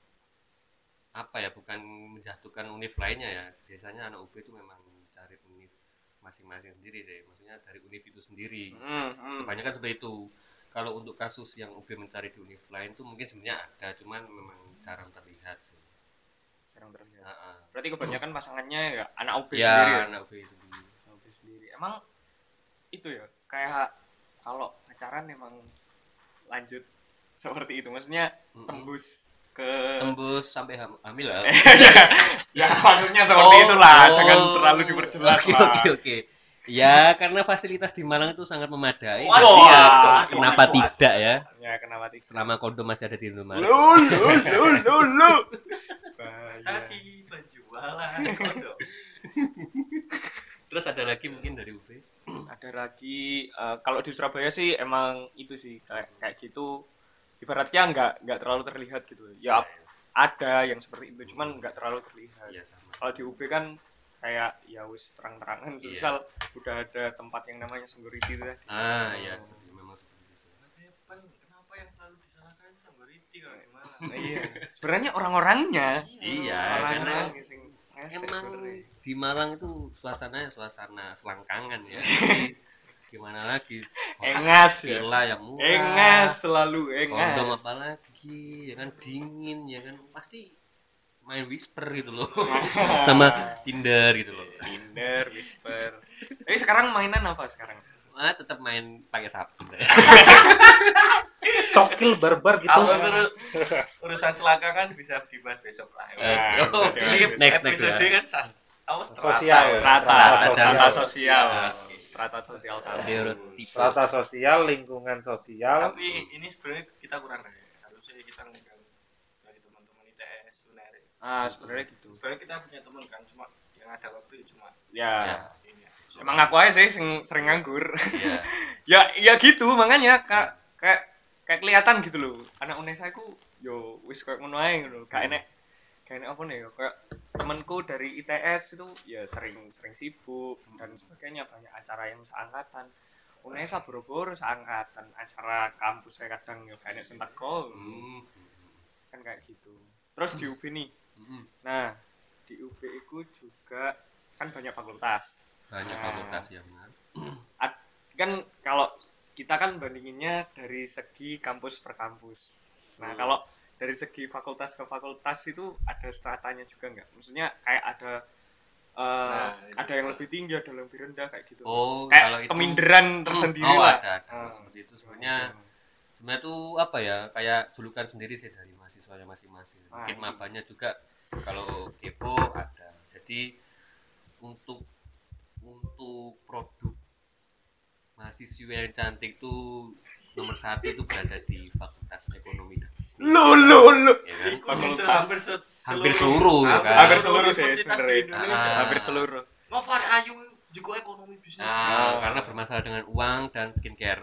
apa ya, bukan menjatuhkan univ lainnya ya. Biasanya anak U B itu memang cari univ masing-masing sendiri deh. Maksudnya dari univ itu sendiri. Hmm, hmm. Kebanyakan seperti itu. Kalau untuk kasus yang U B mencari di univ lain tuh mungkin sebenarnya ada, cuman memang jarang terlihat sih. Jarang terlihat. Ah, ah. Berarti kebanyakan pasangannya ya anak U B Ya, sendiri ya. anak U B sendiri. Anak U B sendiri. Emang itu ya, kayak kalau pacaran emang lanjut seperti itu. Maksudnya Mm-mm. tembus ke Tembus sampai ham- hamil lah. ya maksudnya seperti Oh, itulah, oh. jangan terlalu diperjelas Oke, lah. Oke, oke. Ya, karena fasilitas di Malang itu sangat memadai. Waduh, Jadi ya, aduh, aduh, kenapa aduh, tidak ya? Ya kenapa tidak? Selama kondom masih ada di Indomaret. Lu lu lu lu lu. Bahaya. Kasih penjualan kondom. Terus ada lagi mungkin dari U B? Ada lagi eh, kalau di Surabaya sih emang itu sih kayak kayak gitu. Ibaratnya nggak nggak terlalu terlihat gitu. Ya ada yang seperti itu, cuman nggak terlalu terlihat. Iya, sama. Kalau di U B kan kayak ya wis terang-terangan. Iya. Misal udah ada tempat yang namanya Songgoriti itu tadi. Ah, ya, seperti memang seperti itu. Kenapa kenapa yang selalu disalahkan Songgoriti kalau di Malang? Nah, iya. Sebenarnya orang-orangnya. Iya, Orang-orang karena sing Esek emang sebenarnya. di Malang itu suasananya suasana selangkangan ya. Jadi gimana lagi? Engas ya. Villa yang murah. Engas selalu Kondom engas. apalagi, ya kan dingin, ya kan pasti main whisper gitu loh. Sama Tinder gitu loh. Tinder, whisper. Tapi sekarang mainan apa sekarang? Ah, tetap main pakai sabun. Cokil barbar gitu. Kalau terus urusan selangkangan bisa dibahas besok lah. Eh, oh, Oke, next next episode ya. kan sas apa strata. Sosial. Strata, Strata strata sosial. sosial. Oke. Strata sosial kamu. Stereotipe. Strata sosial, lingkungan sosial. Tapi ini sebenarnya kita kurang deh. Harusnya kita ngundang dari teman-teman I T S, U N E R. Ah, sebenarnya gitu. Sebenarnya kita punya teman kan, cuma yang ada waktu cuma Ya. Ya. ini aja. Emang aku aja sih sing sering nganggur. Iya. ya, ya gitu makanya kayak kayak kayak kelihatan gitu loh. Anak Unesa aku yo wis kayak ngono ae ngono. Gak enek gak enek apa nih yo kayak temanku dari I T S itu ya sering sering sibuk dan sebagainya, banyak acara yang seangkatan. Unesa boro-boro seangkatan, acara kampus saya kadang yo gak enek sing teko. Hmm. Kan kayak gitu. Terus di U B nih. Hmm. Nah, di U B itu juga kan banyak fakultas. Banyak Nah. fakultas ya benar. Ad- kan kalau kita kan bandinginnya dari segi kampus per kampus. Nah, Hmm. kalau dari segi fakultas ke fakultas itu ada stratanya juga nggak? Maksudnya kayak ada eh, Nah, itu ada yang juga. lebih tinggi, ada yang lebih rendah kayak gitu. Oh, kayak kalau itu keminderan Hmm, tersendiri oh, lah. ada, ada. Ah. Seperti itu sebenarnya sebenarnya tuh apa ya, kayak julukan sendiri sih dari mahasiswanya masing-masing. Ah, Mungkin iya. mabanya juga kalau kepo ada. Jadi untuk untuk produk mahasiswa yang cantik tuh nomor satu itu berada di Fakultas Ekonomi dan Bisnis. Lo lo lo. Ya kan? Iku di se- Fakultas. hampir se- Hampir seluruh, ya kan? Hampir seluruh sih, universitas di sebenarnya. Indonesia. Ah. Hampir seluruh. Ngapa ada ayu juga ekonomi bisnis? Nah, Ah. karena bermasalah dengan uang dan skincare.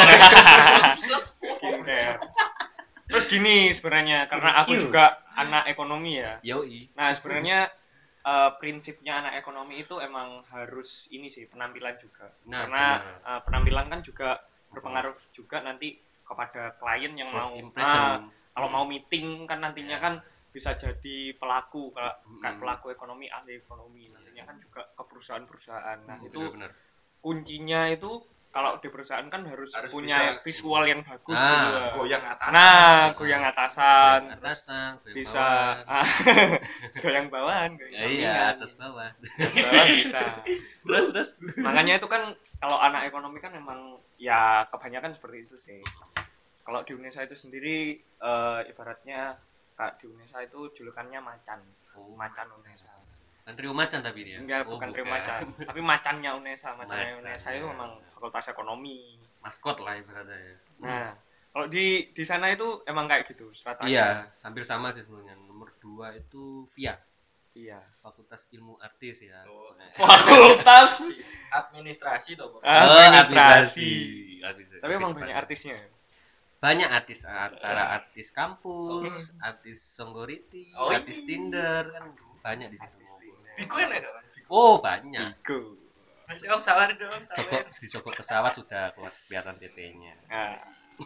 Skincare. Terus gini sebenarnya karena aku Q. juga anak ekonomi ya. Yoi. Nah, sebenarnya eh, prinsipnya anak ekonomi itu emang harus ini sih penampilan juga. Nah, Karena benar. eh, penampilan kan juga berpengaruh juga nanti kepada klien yang First mau impression. ah, kalau mau meeting kan nantinya Ya. kan bisa jadi pelaku kalau kayak Mm-mm. pelaku ekonomi, ahli ekonomi nantinya kan juga ke perusahaan-perusahaan. Nah, Hmm, itu benar-benar. kuncinya itu kalau di perusahaan kan harus, Harus punya bisa visual yang bagus Ah, gitu lah. Goyang atas. Nah, goyang atasan, Goyang terus atasan, goyang bisa bawah. ah, goyang bawahan, goyang Ya, iya, sampingan. atas bawah. Bawah bisa. Terus terus. Makanya itu kan kalau anak ekonomi kan memang ya kebanyakan seperti itu sih. Kalau di Unesa itu sendiri eh, ibaratnya kak di Unesa itu julukannya macan. Oh, Macan Unesa. Kan trio macan tapi dia. Enggak, Oh, bukan trio macan, tapi macannya Unesa. Macannya Macan, Unesa itu ya. memang fakultas ekonomi. Maskot lah ibaratnya ya. Nah, kalau di di sana itu emang kayak gitu stratanya. Iya, hampir sama sih sebenarnya. Nomor dua itu V I A, Iya. Fakultas Ilmu Artis ya. Oh. Nah, Fakultas Administrasi toh, Bro. administrasi. Administrasi. Tapi emang Lebih banyak tepatnya. artisnya. Banyak artis, antara artis kampus, artis Songgoriti, Oh, artis iya. Tinder kan banyak di situ. Biku enak kan? Oh, banyak. Iku. Dong sabar dong, Sokok sabar. di sokok pesawat sudah keluar kelihatan T T-nya. Nah.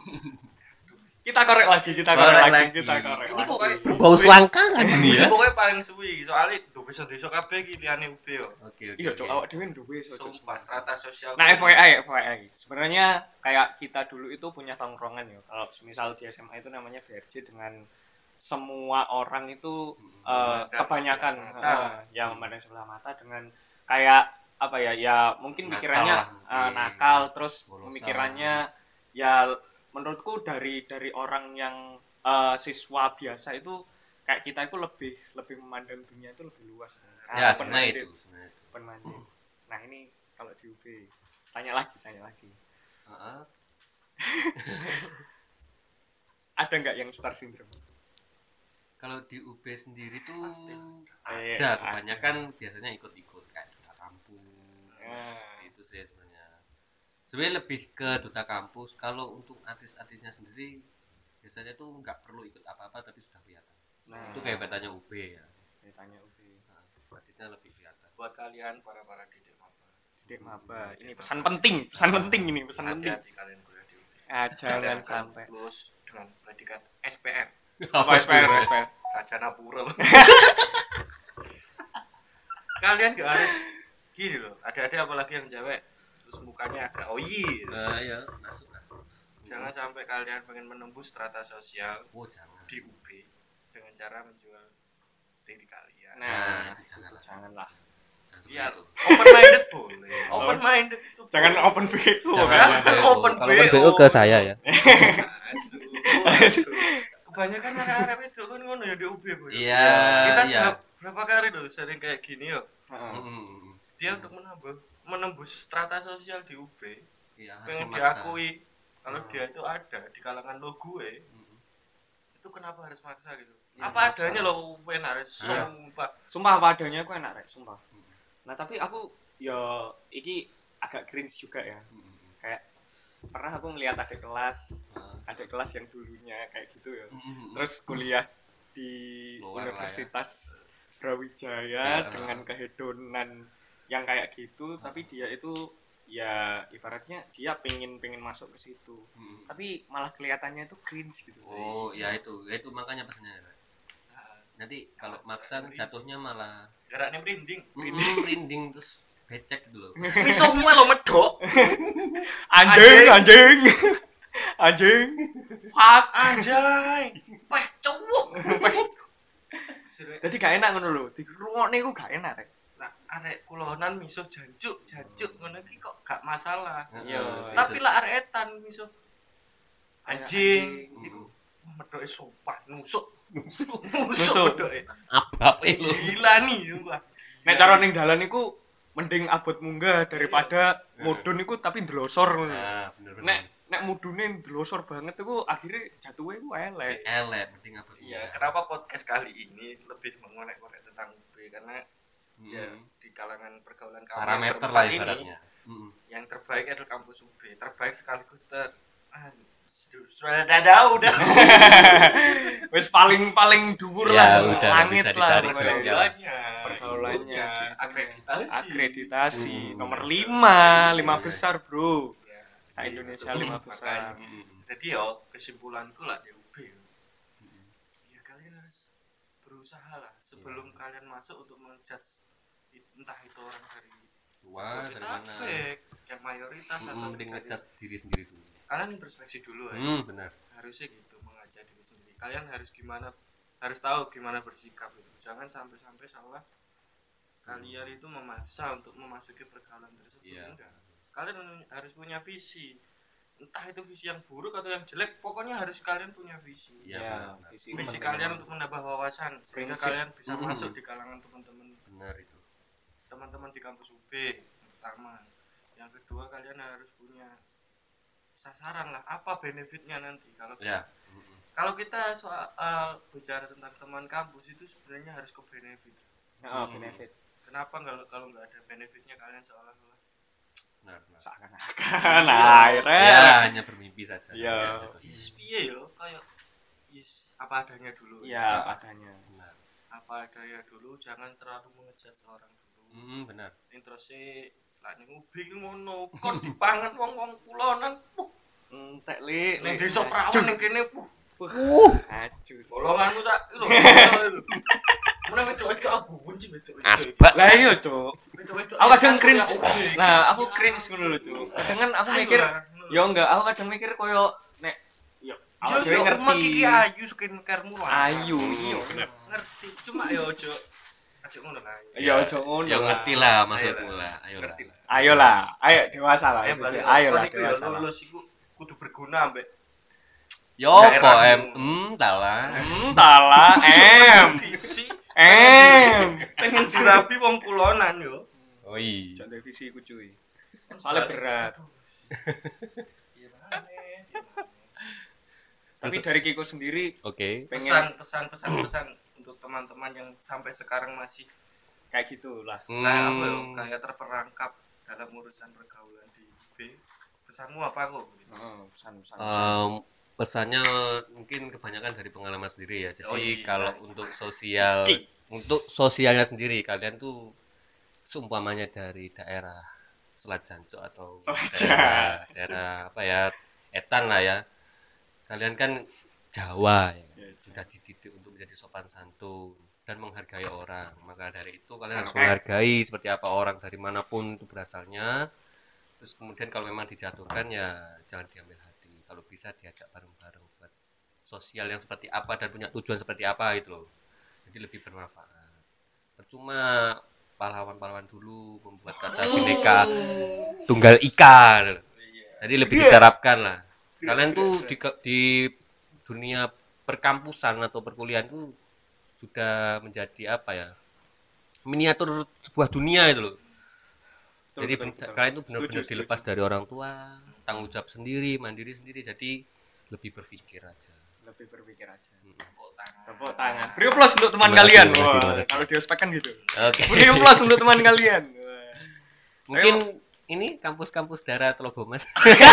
Kita korek lagi, kita korek, Korek lagi, lagi. kita korek Ini lagi. pokoknya Bau selangkangan ini ini ya. pokoknya paling suwi soalnya do besok-besok kabeh iki liyane U B yo. Oke, oke. Iya, cok, oke. awak dhewe duwe so, Cok. Sumpah strata sosial. Nah, F Y I, F Y I. Sebenarnya kayak kita dulu itu punya tongkrongan ya. Kalau misal di S M A itu namanya B R J dengan semua orang itu eh, Memandang kebanyakan sebelah mata. eh, yang memandang sebelah mata dengan kayak apa ya? Ya mungkin Nakal pikirannya lah, eh, mungkin. nakal, terus Bolosan. pemikirannya ya menurutku dari dari orang yang eh, siswa biasa itu kayak kita itu lebih lebih memandang dunia itu lebih luas. Ya, open sebenarnya minded, itu, sebenarnya itu. open minded. Nah, ini kalau di U B tanya lagi, tanya lagi. Heeh. Ada nggak yang star syndrome? Kalau di U B sendiri tuh Pasti. Eh, ada, kebanyakan biasanya ikut-ikut kayak duta kampus. Ya. Itu sih sebenarnya. Sebenarnya lebih ke duta kampus. Kalau untuk artis-artisnya sendiri biasanya tuh nggak perlu ikut apa-apa tapi sudah kelihatan. Nah, Itu kayak betanya U B ya. saya tanya U B. Nah, artisnya lebih kelihatan. Buat kalian para-para didik maba. Didik maba. Ini pesan penting, pesan penting ini, pesan penting. Hati-hati kalian kuliah di U B. Ah, jangan Kalian akan sampai. lulus dengan predikat S P M. Apa S P R, S P R? Sarjana Pura. kalian gak harus gini loh, ada-ada apalagi yang cewek terus mukanya agak oyi gitu. Nah, ya masuk lah. Jangan sampai kalian pengen menembus strata sosial Oh, jangan. di U B dengan cara menjual diri kalian. Nah, itu janganlah. janganlah. Jangan Iya, seperti itu. open minded boleh. Open minded itu Jangan boleh. open B O. Jangan Jangan B O. open Kalau B O. open B O ke saya ya. Asu, asu. Kebanyakan arek-arek itu kan ngono ya di U B, Bu. Iya. Kita iya. sudah berapa kali loh sering kayak gini yo. Heeh. Mm-mm. Dia untuk menambah menembus strata sosial di U B, Iya, harus pengen memaksa. diakui kalau Hmm. dia itu ada di kalangan lo gue, Mm-mm. itu kenapa harus maksa gitu? Ya, Apa maksa. adanya lo U B harus Ah. sumpah. Sumpah apa adanya aku enak rek, sumpah. Mm-mm. Nah, tapi aku ya iki agak cringe juga ya. Mm-mm. Kayak pernah aku ngeliat adik kelas, Ah. adik kelas yang dulunya kayak gitu ya. Mm-mm. Terus kuliah di Luar lah ya. Universitas Brawijaya Ya. dengan kehedonan yang kayak gitu, tapi dia itu ya ibaratnya dia pengen pengen masuk ke situ, Mm-mm. tapi malah kelihatannya itu cringe gitu. Oh, ya itu. Ya itu makanya pesannya. Nanti kalau maksa jatuhnya malah Geraknya merinding. mm, rinding terus becek gitu loh. Ini semua lo medok. Anjing, anjing, anjing, fuck, Anjay. Wah, cowok. jadi gak enak ngono lho, di rungokne iku gak enak rek. Lah, arek kulonan miso jancuk, jancuk ngono iki kok gak masalah. Iya, Heeh, Tapi itu. lah arek etan miso anjing, anjing. iku wah, medoke sopan, nusuk. Nusuk. Nusuk Nusuk. medoke. Abap lho. Gila nih, sumpah. Nek cara ning dalan iku mending abot munggah daripada Iya. mudun iku tapi ndelosor ngono. Nah, bener-bener. Nek nek mudune ndelosor banget iku akhirnya jatuhnya iku elek. elek mending apa? Iya, kenapa podcast kali ini lebih mengorek-ngorek tentang U B karena ya di kalangan pergaulan kamu yang Parameter berempat lah ini, ibaratnya. Mm. yang terbaik adalah kampus U B, terbaik sekaligus ter ah, sudah udah tahu udah Wis paling paling dhuwur Ya, lah, udah, langit bisa lah dicari pokoknya. juga. pergaulannya Pergaulannya, akreditasi akreditasi Hmm. nomor lima, lima Iya. besar, Bro. Ya, Sa Indonesia lima besar. makanya. Mm. Jadi yo kesimpulanku lah di U B Mm. ya kalian harus berusaha lah sebelum kalian masuk untuk menjudge entah itu orang dari Wah, dari mana? Jabodetabek, yang mayoritas atau Mm, mending dari- ngecas diri sendiri dulu. kalian introspeksi dulu ya. Hmm, benar. Harusnya gitu mengajar diri sendiri. Kalian harus gimana, harus tahu gimana bersikap itu. Jangan sampai-sampai salah kalian itu memaksa untuk memasuki pergaulan tersebut. Iya. Enggak. Kalian harus punya visi. Entah itu visi yang buruk atau yang jelek, pokoknya harus kalian punya visi. Iya, Ya, benar. visi Visi penting. kalian untuk menambah wawasan sehingga Prinsip. kalian bisa Mm. masuk di kalangan teman-teman Benar itu. teman-teman di kampus U B pertama. Yang kedua kalian harus punya sasaran lah, apa benefitnya nanti kalau Ya. Mm-mm. kalau kita soal uh, bicara tentang teman kampus itu sebenarnya harus ke benefit. Heeh, Hmm. benefit. Kenapa kalau kalau nggak ada benefitnya kalian seolah-olah Benar, benar. Seakan-akan akhirnya. Ya, hanya bermimpi saja. Iya. Ya, is piye yo kayak is apa adanya dulu. Iya, padanya. benar. Apa adanya dulu, jangan terlalu mengejar seorang dulu. Hmm, benar. Introse lah ning U B ki ngono, kon dipangan wong-wong kulonan. Puh, Entek li, ning desa perawan ning kene puh. Uh, acuh. Bolonganmu tak lho. Mana wedok-wedok aku benci wedok-wedok. Asbak. Lah iya, Cuk. Wedok-wedok. Aku kadang ya, cringe. aku ya, U B. Nah, aku cringe ngono lho, Cuk. Kadang kan aku Ayo mikir, lah, ngono lho. ya enggak, aku kadang mikir koyo nek yo Yo awak yo dhewe rumah ngerti. Kiki Ayu skincare-mu lah. Ayu, iya bener. Ngerti, cuma yo ojo ojo ngono lah. Ya aja ngono. Ya lah. ngerti lah maksudmu lah. Ayo lah. Ngerti lah. Ayolah, ayo dewasa lah. Eh itu balik sih. Ayo kon lah iku yo dewasa lah. lulus iku kudu berguna ambek Yo, Daerahmu. kok em, hmm, talah. Hmm, tala em. visi Em. pengen dirapi wong kulonan yo. Oh iya. Jangan revisi iku cuy. Soalnya berat. Iya banget. Tapi dari Kiko sendiri Oke. pengen Pesan pesan pesan pesan untuk teman-teman yang sampai sekarang masih kayak gitulah. kayak apa yo, Hmm, kayak terperangkap dalam urusan pergaulan di B. Pesanmu apa kok? Heeh, pesan-pesan. em, pesannya mungkin kebanyakan dari pengalaman sendiri ya. Jadi Oh iya. kalau untuk sosial, Ki. untuk sosialnya sendiri kalian tuh seumpamanya dari daerah Selat Jancuk atau Selat daerah, daerah apa ya, Etan lah ya. Kalian kan Jawa ya, Ya, sudah dididik untuk menjadi sopan santun dan menghargai orang. Maka dari itu kalian harus menghargai seperti apa orang dari manapun itu berasalnya. Terus kemudian kalau memang dijatuhkan ya jangan diambil hati. Kalau bisa diajak bareng-bareng buat sosial yang seperti apa dan punya tujuan seperti apa gitu loh. Jadi lebih bermanfaat. Percuma pahlawan-pahlawan dulu membuat kata bineka tunggal ika. Jadi lebih diterapkan lah. Kalian tuh di, di dunia perkampusan atau perkuliahan tuh sudah menjadi apa ya? Miniatur sebuah dunia itu loh. Betul, Jadi betul, betul. kalian itu benar-benar Setuju, setuju. dilepas dari orang tua, tanggung jawab sendiri, mandiri sendiri. Jadi lebih berpikir aja. Lebih berpikir aja. Hmm. Tepuk tangan. Tepuk tangan. Beri aplaus untuk teman Terima kasih, kalian. terima kasih, Wah, terima kasih. kalau di ospek kan gitu. Oke. Beri aplaus untuk teman kalian. Wah. Mungkin ini kampus-kampus daerah Telogomas.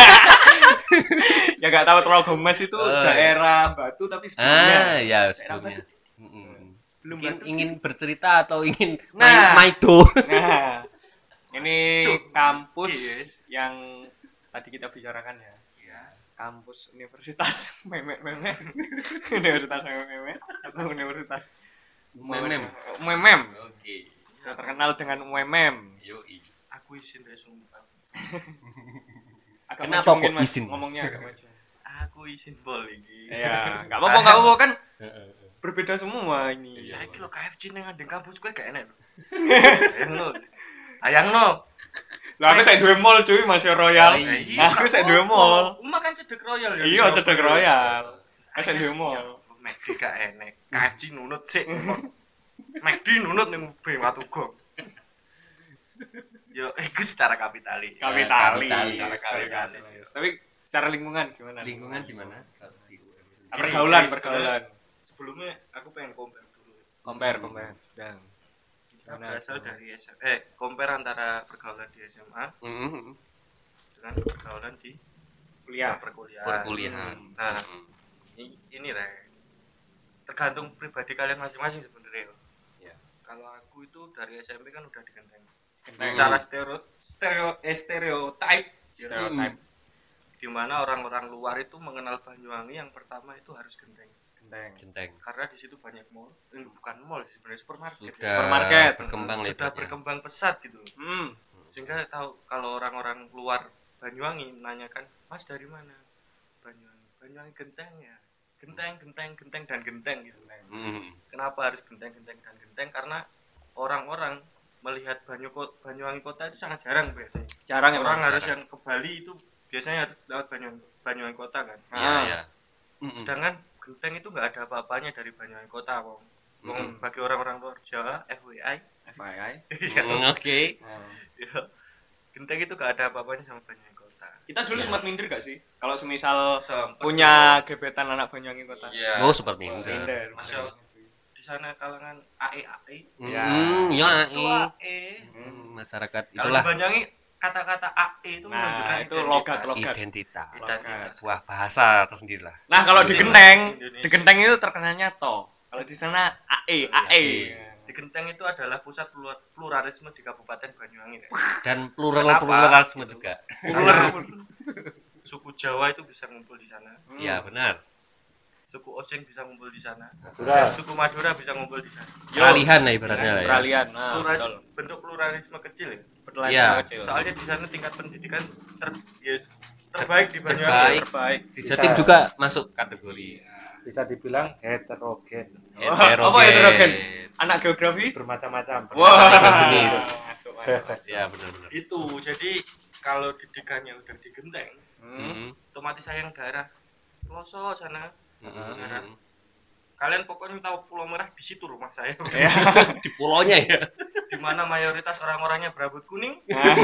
Ya nggak tahu Telogomas itu Oh, daerah Batu tapi sebelumnya Ah, ya daerah sebelumnya. Batu. Mm-mm. Belum Mungkin Batu. ingin bercerita atau ingin Nah. main Maido. Nah, ini Tuh. kampus Yes. yang tadi kita bicarakan ya. Iya. Kampus Universitas Memek Memek. Universitas Memek Memek atau Universitas Memem. Memem. Oke. Yang terkenal dengan Memem. Yoi. Aku izin deh sumpah. Agak Kenapa maju mungkin, kok Mas. izin, Mas? Ngomongnya agak maju. Aku izin bol iki. Iya, enggak apa-apa, enggak apa-apa kan berbeda semua ini. Iya. Saiki lho K F C ning ndeng kampus kowe gak enak lho. Ayangno. Ayangno. Lah aku saya duwe mall cuy, Mas Royal. Oh, iya. Nah, aku saya duwe mall. Uma kan cedek royal ya. Iya, cedek Royal. Aku saya duwe mall. McD gak enak. K F C nunut sik. McD nunut ning B Watu Gong. Yo, itu secara kapitalis. Kapitalis. Kapitalis. Secara kapitalis. Tapi secara lingkungan gimana? Lingkungan gimana? Pergaulan, Gini, pergaulan. Sebelumnya aku pengen compare dulu. Compare, compare. Dan Kita Gimana berasal tuh? dari S M eh compare antara pergaulan di S M A Mm-mm. dengan pergaulan di kuliah. perkuliahan. Perkuliahan. Nah, Mm. ini, ini lah. Tergantung pribadi kalian masing-masing sebenarnya. Ya. Kalau aku itu dari S M P kan udah digenteng. Genteng. Secara stereo stereo eh, stereotype Stereotype. di mana orang-orang luar itu mengenal Banyuwangi yang pertama itu harus genteng. Genteng. Genteng. Karena di situ banyak mall. Eh, bukan mall sih, sebenarnya supermarket. Sudah ya. Supermarket. berkembang Sudah lebarnya. berkembang pesat gitu loh. Hmm. Sehingga tahu kalau orang-orang luar Banyuwangi menanyakan, "Mas dari mana?" Banyuwangi. Banyuwangi genteng ya. Genteng, genteng, genteng dan genteng gitu. Mm. Kenapa harus genteng, genteng dan genteng? Karena orang-orang melihat Banyu Banyuwangi kota itu sangat jarang biasanya. Jarang ya, Orang Bang? harus jarang. yang ke Bali itu biasanya harus lewat Banyuwangi, Banyuwangi kota kan. Iya, Ah. iya. Mm-mm. Sedangkan genteng itu nggak ada apa-apanya dari Banyuwangi kota, Wong. Wong Mm. bagi orang-orang luar Jawa, F W I, F Y I. ya, Mm, Oke. Oh. ya, genteng itu nggak ada apa-apanya sama Banyuwangi kota. Kita dulu Ya. sempat minder gak sih? Kalau semisal Sempet punya gebetan anak Banyuwangi kota. Iya. Oh, seperti Wah, minder. Minder. Masya- di sana kalangan A E A E. Ya. Mm, ya, Itu eh. A E. Mm, masyarakat Kalau itulah di Banyuwangi kata-kata A E itu Nah, menunjukkan itu identitas. logat-logat. identitas. Identitas. Sebuah bahasa tersendiri lah. Nah, kalau di Sing Genteng, Indonesia. di Genteng itu terkenalnya to. Kalau di sana A E, A E. Di Genteng itu adalah pusat plura- pluralisme di Kabupaten Banyuwangi. Deh. Dan plural Kenapa? pluralisme Gitu. juga. Suku Jawa itu bisa ngumpul di sana. Hmm. Iya, benar. Suku Osing bisa ngumpul di sana. Madura. Suku Madura bisa ngumpul di sana. Yo, Peralihan lah ibaratnya lah ya. peralihan. Nah, Pluralis, betul. bentuk pluralisme kecil ya. Peralihan Iya. kecil. Soalnya di sana tingkat pendidikan ter, ya, terbaik di Banyuwangi. Terbaik. terbaik. Di Jatim juga masuk kategori Bisa dibilang heterogen, Wah, apa heterogen? Anak geografi? bermacam-macam. Wah, Bermacam jenis. Masuk, masuk, masuk. Ya, benar-benar. Itu jadi kalau didikannya udah di Genteng, Hmm. Mm, otomatis sayang daerah pelosok sana. mm, mm, mm. Kalian pokoknya tahu Pulau Merah di situ rumah saya. Ya. Di pulaunya ya. Di mana mayoritas orang-orangnya berambut kuning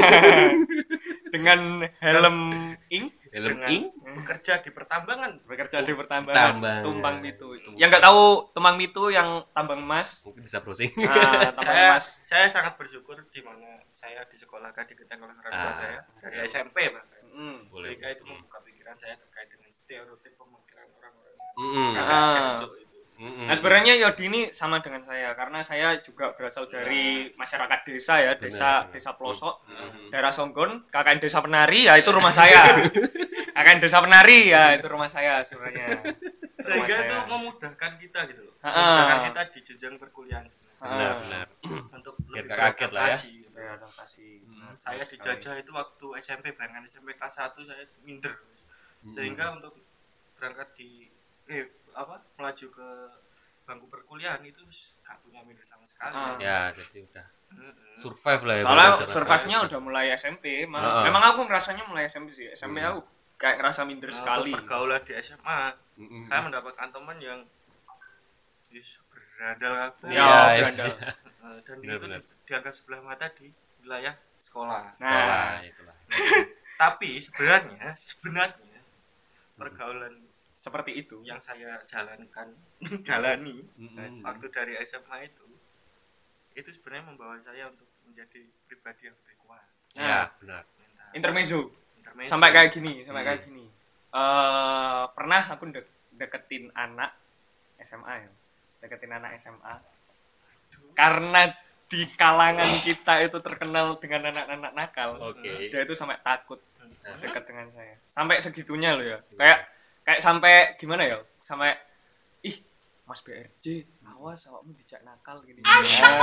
Dengan helm ing Helm dengan ing. bekerja di pertambangan. bekerja di pertambangan Tambang. tumpang pitu itu. Yang nggak tahu tumpang pitu yang tambang emas. Mungkin bisa browsing. Nah, tambang Saya, emas. saya sangat bersyukur di mana saya disekolahkan di Genteng oleh orang tua Ah. saya dari S M P bahkan. Hmm. Boleh. Mereka itu membuka pikiran saya terkait dengan stereotip pemikiran orang-orang Mm-mm. yang Ah. jancuk itu. Mm-mm. Nah sebenarnya Yodi ini sama dengan saya karena saya juga berasal dari masyarakat desa ya, desa Benar, benar. desa pelosok, Mm-mm. daerah Songgon, K K N Desa Penari ya itu rumah saya. K K N Desa Penari ya itu rumah saya sebenarnya. sehingga saya. itu memudahkan kita gitu loh. Ha-ha. Memudahkan kita di jenjang perkuliahan benar Ah, benar untuk Biar lebih gak kaget lah ya. beradaptasi gitu. beradaptasi. Hmm, Benar, saya benar sekali. dijajah itu waktu S M P, bayangan S M P kelas satu saya minder. Sehingga untuk berangkat di eh apa melaju ke bangku perkuliahan itu gak punya minder sama sekali. Ah. ya jadi udah Mm-mm. survive lah ya Soalnya berarti secara survive-nya saya. udah mulai S M P. Emang, Heeh. memang aku ngerasanya mulai S M P sih. S M P Hmm. aku kayak ngerasa minder Nah, sekali. untuk pergaulan di S M A, Mm-mm. saya mendapatkan teman yang yes, berandal kabeh. Ya, Iya, iya. berandal. Eh, dan Benar, itu benar. di- dianggap sebelah mata di wilayah sekolah. Sekolah, Nah, itulah Tapi sebenarnya sebenarnya pergaulan seperti itu. yang saya jalankan jalani Mm-mm. waktu dari S M A itu itu sebenarnya membawa saya untuk menjadi pribadi yang lebih kuat. ya benar Mental. Intermezzo. Intermezzo. Sampai kayak gini, sampai Hmm. kayak gini. Eh, pernah aku dek- deketin anak S M A ya. Deketin anak S M A. Karena di kalangan kita itu terkenal dengan anak-anak nakal. oke Dia itu sampai takut Hmm. dekat dengan saya. Sampai segitunya loh ya. Kayak kayak sampai gimana ya? Sampai ih, Mas B R J, awas awakmu dijak nakal gini. Ah,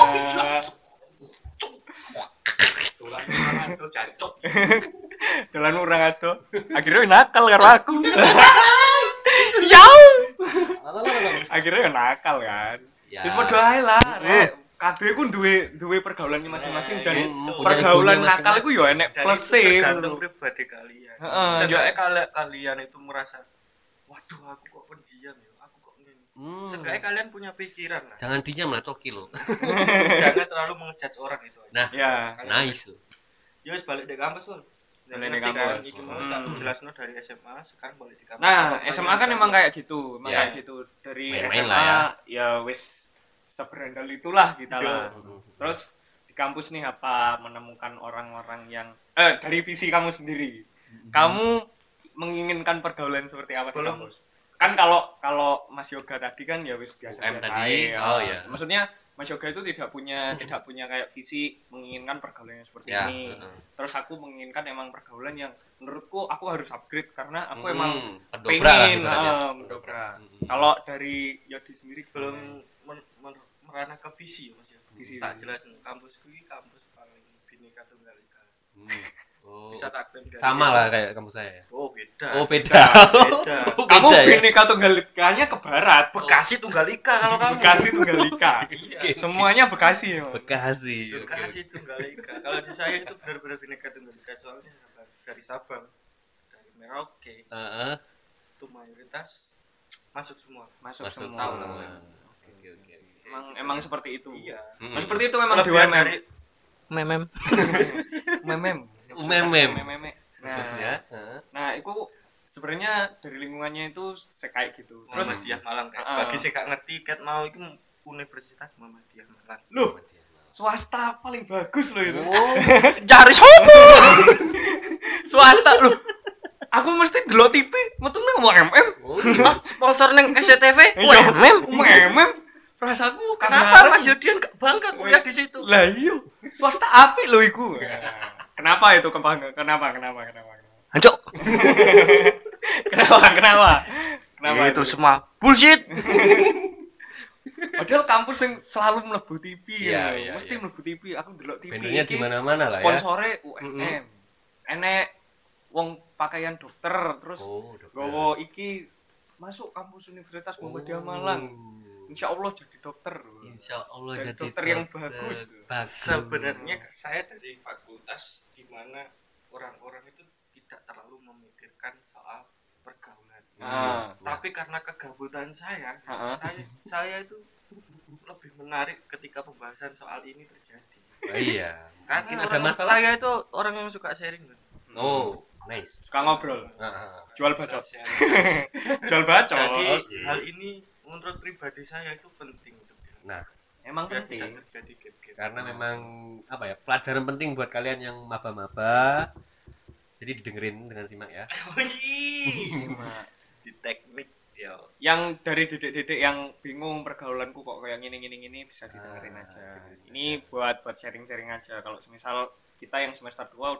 Tulan orang itu jancok. Dalan orang ado. Akhirnya nakal karo aku. Yau. Akhirnya ya nakal kan. ya Wis padha ae lah, rek. Kabeh ku duwe duwe pergaulannya masing-masing dan Gitu. pergaulan Punya nakal iku yo enek Dan plus itu tergantung e. pribadi kalian. Heeh, Seenggaknya kalian kalian itu merasa, waduh aku kok pendiam ya, aku kok ini. Hmm. Seenggaknya kalian punya pikiran lah. jangan diam lah coki lo Jangan terlalu mengejudge orang itu aja. nah Ya. Kalian- nice lo Ya wis balik di kampus Ul. Balik Ngerti di kampus. kan, iki mau tak Hmm. jelasno dari S M A sekarang balik di kampus. Nah, Apa S M A kan kalian emang tahu? kayak gitu, emang Ya. kayak gitu. Dari Main-main S M A lah ya. ya wis seberandal itulah kita Ya. lah. Terus di kampus nih apa menemukan orang-orang yang eh dari visi kamu sendiri. Kamu menginginkan pergaulan seperti apa di Sebelum- kampus? Kan kalau kalau Mas Yoga tadi kan ya wis U M biasa-biasa tadi, aja. oh ya. Maksudnya Mas Yoga itu tidak punya tidak punya kayak visi menginginkan pergaulan yang seperti ya ini. heeh. Terus aku menginginkan emang pergaulan yang menurutku aku harus upgrade karena aku Hmm, emang pendobrak lah pengen ibaratnya. uh, mendobrak. Hmm. Kalau dari Yodi sendiri Sebelum gimana? men- men- merana ke visi Mas ya. Visi. Tak jelasin kampusku ini kampus paling Bhinneka Tunggal Ika. Hmm. Oh. Bisa tak klaim dari Sama situ. lah kayak kamu saya ya. Oh, beda. Oh beda. Beda. Oh, Kamu beda ya? Bhinneka Tunggal Ikanya ke barat. Bekasi Tunggal Ika kalau kamu. Bekasi Tunggal Ika. Iya. Semuanya Bekasi ya. Bekasi. oke, Bekasi Tunggal Ika. Kalau di saya itu benar-benar Bhinneka Tunggal Ika soalnya apa? Dari Sabang, dari Merauke, oke. Heeh. itu mayoritas masuk semua. Masuk, Masuk semua. semua. Oke oke oke. Emang emang seperti itu. Iya. Hmm. Nah, seperti itu memang di U Kelebihan M M. dari memem. Memem. Memem. Memem. Nah, Khususnya. Heeh. nah itu sebenarnya dari lingkungannya itu se- kayak gitu. Terus Muhammadiyah Malang. Kayak Ah. bagi saya gak ngerti, ket mau itu Universitas Muhammadiyah Malang. loh, swasta paling bagus loh itu. Oh. Cari sopo? Swasta loh. Aku mesti delok T V, metune ngomong M M. Oh, iya. Ah, sponsor neng S C T V. Iya. Memem. M M. Rasaku Kenapa Mas Yodian gak bangga kuliah di situ? Lah iya, swasta apik loh iku. Kenapa itu kebangga? Kenapa? Kenapa? Kenapa? Kenapa? Hancur. Kenapa? Kenapa? Kenapa? Itu semua bullshit. Padahal kampus yang selalu mlebu T V Iya, ya. iya, Mesti iya. mlebu T V, aku ndelok T V Bannernya iki di mana-mana lah ya. sponsore U M M. Mm-mm. Enek wong pakaian dokter terus Oh, dokter. gowo iki masuk kampus Universitas Muhammadiyah Malang. Oh. Insya Allah jadi dokter. Insya Allah Dan jadi dokter yang bagus. Bagus. Sebenarnya saya dari fakultas di mana orang-orang itu tidak terlalu memikirkan soal pergaulan. Ah. Tapi karena kegabutan saya, Ah. saya saya itu lebih menarik ketika pembahasan soal ini terjadi. Oh, iya. Karena Mungkin ada orang- masalah. saya itu orang yang suka sharing. Kan? Oh, nice. Suka ngobrol. Ah, Jual bacot. Sosial. Jual bacot. Jadi Oke. hal ini menurut pribadi saya itu penting untuk dilakukan. Nah, Emang Biar penting. tidak terjadi gap-gap. karena memang apa ya pelajaran penting buat kalian yang maba-maba. Jadi didengerin dengan simak ya. Wih, Simak. di teknik ya. Yang dari dedek-dedek yang bingung pergaulanku kok kayak gini-gini-gini bisa didengerin Ah, aja. dengerin Ini buat buat sharing-sharing aja. Kalau misal kita yang semester dua udah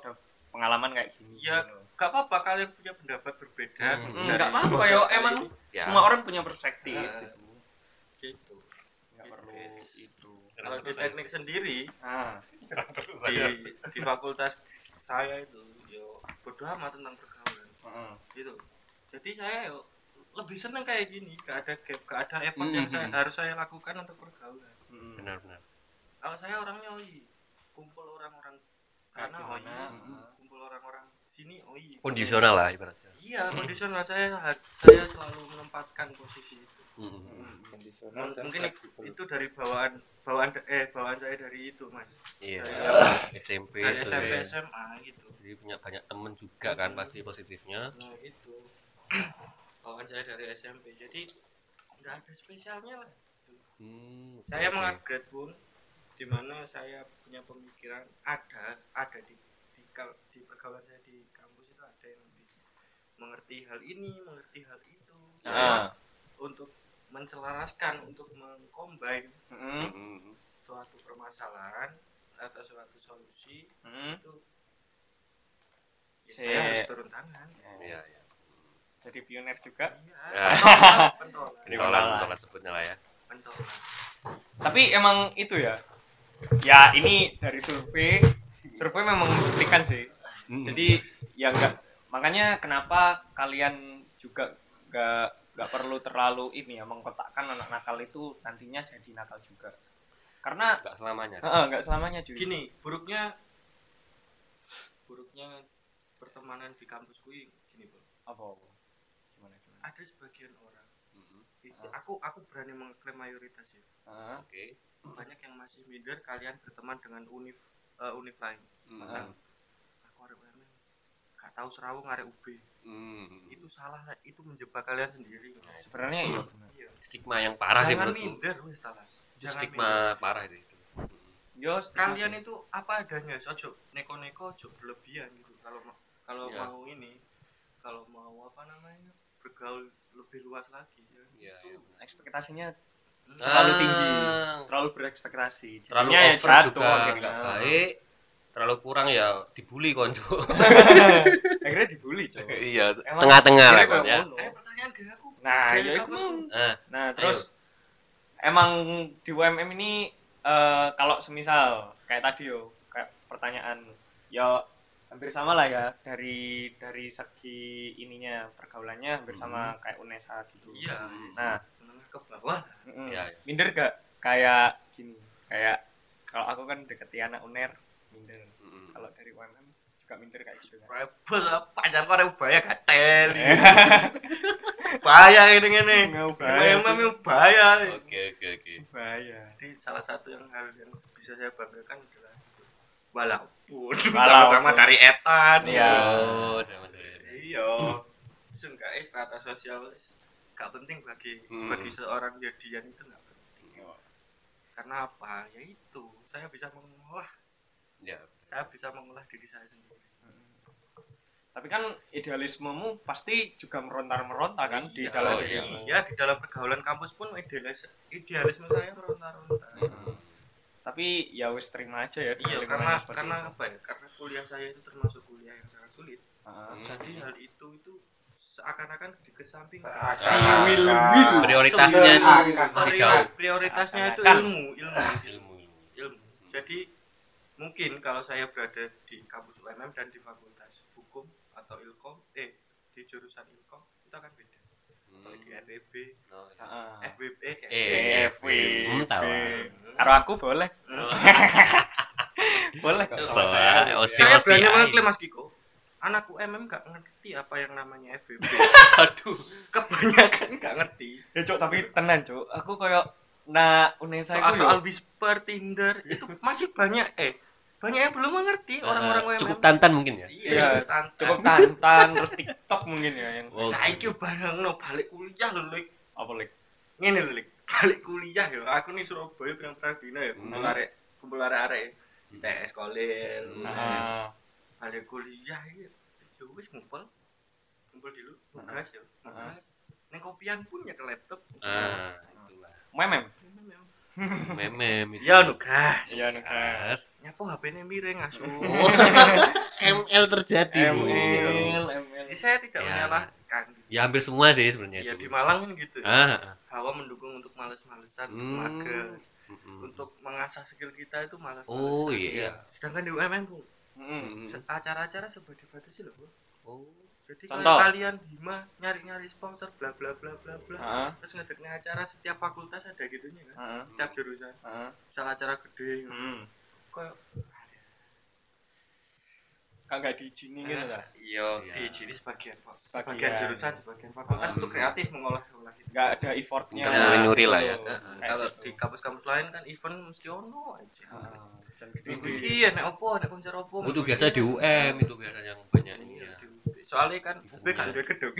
pengalaman kayak gini. Ya gak apa-apa kalian punya pendapat berbeda. Hmm. dari Enggak apa-apa podcast yo, kali emang ini. Ya. semua orang punya perspektif Nah. gitu. Gitu. Enggak perlu itu. Kalau di teknik sendiri Ah, di di fakultas saya itu yo bodoh amat tentang pergaulan heeh. gitu. Jadi saya yo lebih seneng kayak gini, gak ada gap, gak ada effort Hmm, yang saya hmm. harus saya lakukan untuk pergaulan. Mm. Benar-benar. Kalau saya orangnya oi, kumpul orang-orang sana Kayak oi, gimana? Hmm. kumpul orang-orang sini oi. Kondisional lah ibaratnya. Iya, kondisional saya saya selalu menempatkan posisi itu. Hmm. kondisional M- dan mungkin i- fleksibel. itu dari bawaan bawaan eh bawaan saya dari itu, Mas. Iya. Dari- S M P, Dari S M P S M P. S M A gitu. Jadi punya banyak temen juga kan pasti positifnya. Nah, itu. Bawaan saya dari S M P. Jadi nggak ada spesialnya lah. Hmm, Saya oke. mengupgrade pun di mana saya punya pemikiran ada ada di di, kal- di pergaulan saya di kampus itu ada yang lebih mengerti hal ini, mengerti hal itu. Ah. Untuk menselaraskan, untuk mengcombine Mm. Hmm. suatu permasalahan atau suatu solusi Mm. itu ya Si- saya harus turun tangan. Iya, iya. Jadi pionir juga. Iya, Ya. pentolan, pentolan, Pentolan, pentolan sebutnya lah ya. pentolan. Tapi emang itu ya. Ya ini dari survei, survei memang membuktikan sih. Hmm. Jadi ya enggak, makanya kenapa kalian juga enggak enggak perlu terlalu ini ya mengkotakkan anak nakal itu nantinya jadi nakal juga. Karena nggak selamanya. heeh, enggak selamanya cuy. Gini, buruknya buruknya pertemanan di kampusku ini gini, Bro. Apa? Gimana gimana? Ada sebagian orang Hmm. itu, aku aku berani mengklaim mayoritas ya. Heeh. Oke. Banyak yang masih minder kalian berteman dengan univ eh, univ lain. Hmm. Masa aku arek U M M gak tahu Serawung arek U B. Hmm. Itu salah, itu menjebak kalian sendiri. Sebenarnya iya benar. Iya. Stigma yang parah sih Jangan menurutku. minder wis salah. Itu Jangan stigma minder. parah itu. Hmm. Yo, Kalian itu apa adanya, ojo neko-neko, ojo berlebihan gitu. Kalau ma- kalau Ya. mau ini, kalau mau apa namanya? Bergaul lebih luas lagi ya. Iya, iya. benar. ekspektasinya Hmm. terlalu tinggi, Ah, terlalu berekspektasi. terlalu Jadinya ya over jatuh juga akhirnya. nggak baik. Terlalu kurang ya dibully konco. Akhirnya dibully, Cok. Iya, Emang tengah-tengah lah akhirnya kon ya. kayak ngono. Eh pertanyaan ke aku. Nah, Dari ya itu kampus mau. tuh. Nah, Nah, terus emang di U M M ini eh, kalau semisal kayak tadi yo, kayak pertanyaan ya hampir sama lah ya dari dari segi ininya pergaulannya hampir sama kayak Unesa gitu. Iya. Nah, menengah ke bawah. mm-mm. Iya, iya. Minder gak kayak gini, kayak kalau aku kan deketi anak Uner minder. Mm-mm. Kalau dari U M M juga minder kayak gitu kan. Bos pacar kok arek bahaya gak teli. Bahaya ini ngene. Nggak bahaya, Memang memang bahaya. Oke, oke, oke. Bahaya. Jadi salah satu yang hal yang bisa saya banggakan adalah itu. Walaupun Walaupun. sama-sama dari etan. Iya. Oh, udah masuk. Iya. Seenggaknya strata sosial gak penting bagi Hmm. bagi seorang jadian itu gak penting. Karena apa? Ya itu, saya bisa mengolah, Ya. saya bisa mengolah diri saya sendiri. Tapi kan idealismemu pasti juga meronta-meronta kan di Iya, dalam oh, diri iya. kamu. iya, di dalam pergaulan kampus pun idealis, idealisme saya meronta-ronta. Mm-mm. Tapi ya wis terima aja ya. Iya, lingkungan karena seperti karena itu. apa ya? Karena kuliah saya itu termasuk kuliah yang sangat sulit. Ah. Hmm. Jadi hal itu itu seakan-akan dikesampingkan. Si will will. Prioritasnya itu masih Prior- jauh. Prioritasnya itu Seakan-akan. ilmu, ilmu, Ilmu. ilmu. Jadi mungkin kalau saya berada di kampus U M M dan di fakultas hukum atau ilkom, eh di jurusan ilkom itu akan beda. Kalau di F E B, Oh, iya. Ah. F W B, Eh, Eh, F W. Hmm, tahu. Karo aku boleh. Boleh kok sama So, saya. oh, si- saya O C berani I. mengklaim Mas Kiko, anak U M M gak ngerti apa yang namanya F W B. Aduh. Kebanyakan gak ngerti. Ya cok, tapi tenan cok. Aku koyo nah Unesa iku Soal-soal yo. whisper, Tinder itu masih banyak eh banyak yang belum mengerti orang-orang U M M. Cukup tantan mungkin ya. Iya, Iya, cukup tantan. Cukup tantan terus TikTok mungkin ya yang Oh. Saiki bareng balik kuliah lho, Lik. apa lek. Ngene lho, Lik. Balik kuliah ya. Aku nih Surabaya pirang-pirang dina ya kumpul Hmm. arek, kumpul arek-arek T S kolil. Hmm. Ah. Balik kuliah iki ya wis ngumpul. Ngumpul dulu, tugas ya. Tugas. Neng kopian punya ke laptop. Ah, itulah. Memem. Memem itu. Ya nugas. Iya nugas. Nyapo H P-nya miring asu. M L terjadi. M L M L. Jadi saya tidak Ya. menyalahkan. Ya hampir semua sih sebenarnya Ya itu. di Malang kan gitu. Ah. Hawa mendukung untuk males-malesan, untuk Hmm. mager, Mm-mm. untuk mengasah skill kita itu males-malesan. Oh iya. Sedangkan di U M M Bu, Hmm. se- acara-acara serba dibatasi loh, Bu. Oh. Jadi Contoh. kalau kalian Hima nyari-nyari sponsor bla bla bla bla bla. Heeh. Terus ngedeknya acara setiap fakultas ada gitunya kan. Heeh. Setiap jurusan. Heeh. Misal acara gede. Hmm. Kayak Kagak diizini gitu lah. iya, Iya. di jadi sebagian Pak. Sebagian. Sebagian jurusan, sebagian fakultas Hmm. itu kreatif mengolah-olah itu. Enggak ada effortnya. Untuk menyuri lah ya. Gitu. Heeh, Kayak kalau gitu. di kampus-kampus lain kan event mesti ono aja. Heeh. Dan Minggu gede-gede. iki enek opo, enek konser opo. Oh, itu minggu biasa iki di enek U M itu biasa yang banyak ini Iya, ya. di U B. Soalnya kan U B kan Iya. duwe gedung.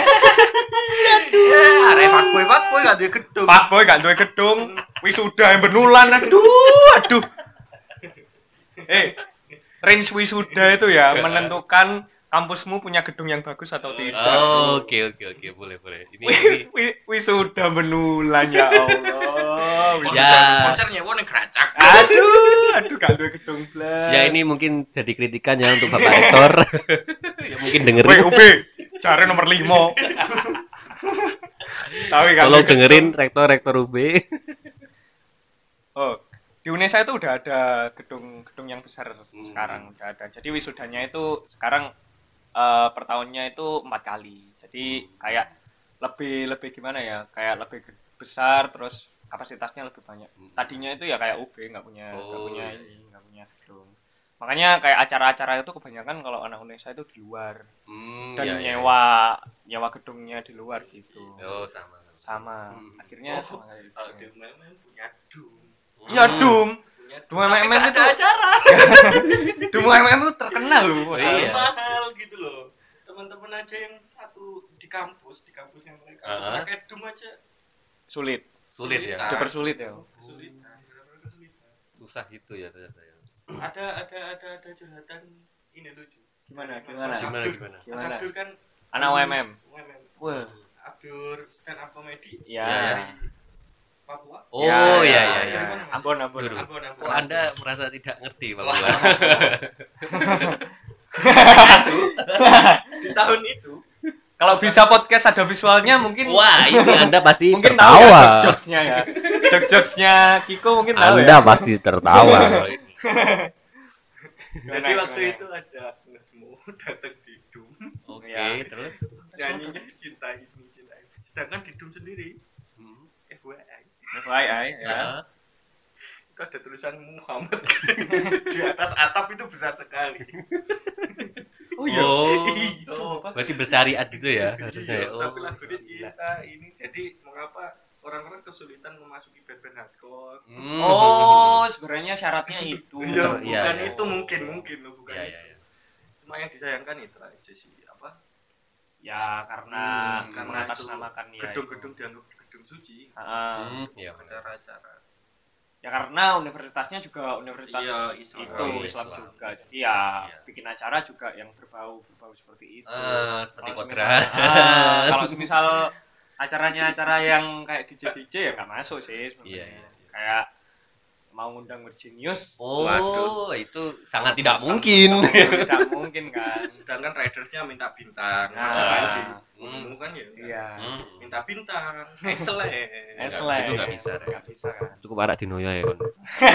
Ya, arek fuckboy fuckboy gak duwe gedung. Fuckboy gak duwe gedung, wisuda yang benulan. Aduh, aduh. Eh, range wisuda itu ya menentukan kampusmu punya gedung yang bagus atau tidak. Oh, oke oke oke, boleh boleh. Ini, Wi- ini wi- wisuda benulan ya Allah. Konser Ya. konser nyewa ning Gracak. Aduh, aduh gak duwe gedung blas. ya ini mungkin jadi kritikan ya untuk Bapak Rektor. Ya mungkin W dengerin. U B, jare nomor lima. Tahu kan? Tolong dengerin Rektor Rektor U B. Oh, di Unesa itu udah ada gedung-gedung yang besar Hmm. sekarang udah ada. Jadi wisudanya itu sekarang eh, per tahunnya itu empat kali. Jadi kayak lebih lebih gimana ya? Kayak lebih ge- besar terus kapasitasnya lebih banyak. Hmm. Tadinya itu ya kayak U B nggak punya nggak Oh, punya iya. ini nggak punya gedung. Makanya kayak acara-acara itu kebanyakan kalau anak Unesa itu di luar Hmm, dan ya, ya, ya. nyewa nyewa gedungnya di luar gitu. Oh, sama. Sama. Hmm. Akhirnya Oh, sama kayak Kalau gitu. di U M M punya dum. Iya, Hmm. Dum. Punya Dum M M Tapi gak itu ada acara. Dum M M itu terkenal loh. Iya. Mahal gitu loh. Teman-teman aja yang satu di kampus, di kampusnya mereka Ah. untuk pakai dum aja Sulit. Sulit ya. Kesulitan. Dipersulit ya. Kesulitan, benar-benar kesulitan. Susah gitu ya ternyata ya. Ada ada ada ada curhatan ini lucu. Gimana? Mas Gimana? Abdur. Gimana gimana? Mas Gimana? Abdur kan Anak U M M. U M M. Wah. Abdur stand up comedy Ya. Ya. dari Papua. Oh, Ya, ya ya, ya ya. ya. Ambon, Ambon. Aduh. Ambon, Ambon. Kok Anda merasa tidak ngerti, Pak Wah. Bula? Di tahun itu Kalau bisa podcast ada visualnya mungkin Wah, ini Anda pasti mungkin tahu ya tertawa. jokes-jokesnya ya. Jokes-jokesnya Kiko mungkin tahu Anda ya. pasti tertawa kalau ini. jadi Gimana, waktu gimana? itu ada Nesmo datang di Dum Oke, Ya. terus. nyanyinya cinta ini cinta ini. Sedangkan di Dum sendiri Hmm. F Y I F Y I ya. Ya. itu ada tulisan Muhammad di atas atap itu besar sekali. Oh iya. Oh. Iya. Sumpah. Berarti bersyariat itu ya harusnya. Iya, ya? Oh. tapi lagunya cinta ini jadi mengapa orang-orang kesulitan memasuki band-band hardcore. Hmm. Oh, sebenarnya syaratnya itu. Iya, Iya, bukan iya. itu mungkin mungkin loh, bukan Iya, itu. iya, iya. Cuma yang disayangkan itu aja sih apa Ya karena Hmm, karena mengatasnamakan ya. gedung-gedung dianggap gedung suci Heeh. Hmm, iya benar. acara-acara. Ya karena universitasnya juga universitas Iya, Islam. itu Iya, Islam Islam. juga. Jadi ya Iya. bikin acara juga yang berbau berbau seperti itu. Ah, seperti Kalau kodrat. semisal- ah, kalau semisal acaranya acara yang kayak D J D J ya nggak masuk sih sebenarnya. Iya, iya. Kayak mau ngundang Virginius. Oh, Waduh. itu sangat tidak mungkin. Tidak mungkin kan. Sedangkan ridersnya minta bintang. Nah. Masa main di Hmm. umum kan ya. Iya. Hmm. Minta bintang. Excellent. Esle. itu nggak bisa, Rek. Nggak bisa kan. Cukup arak dinoyo ya kon.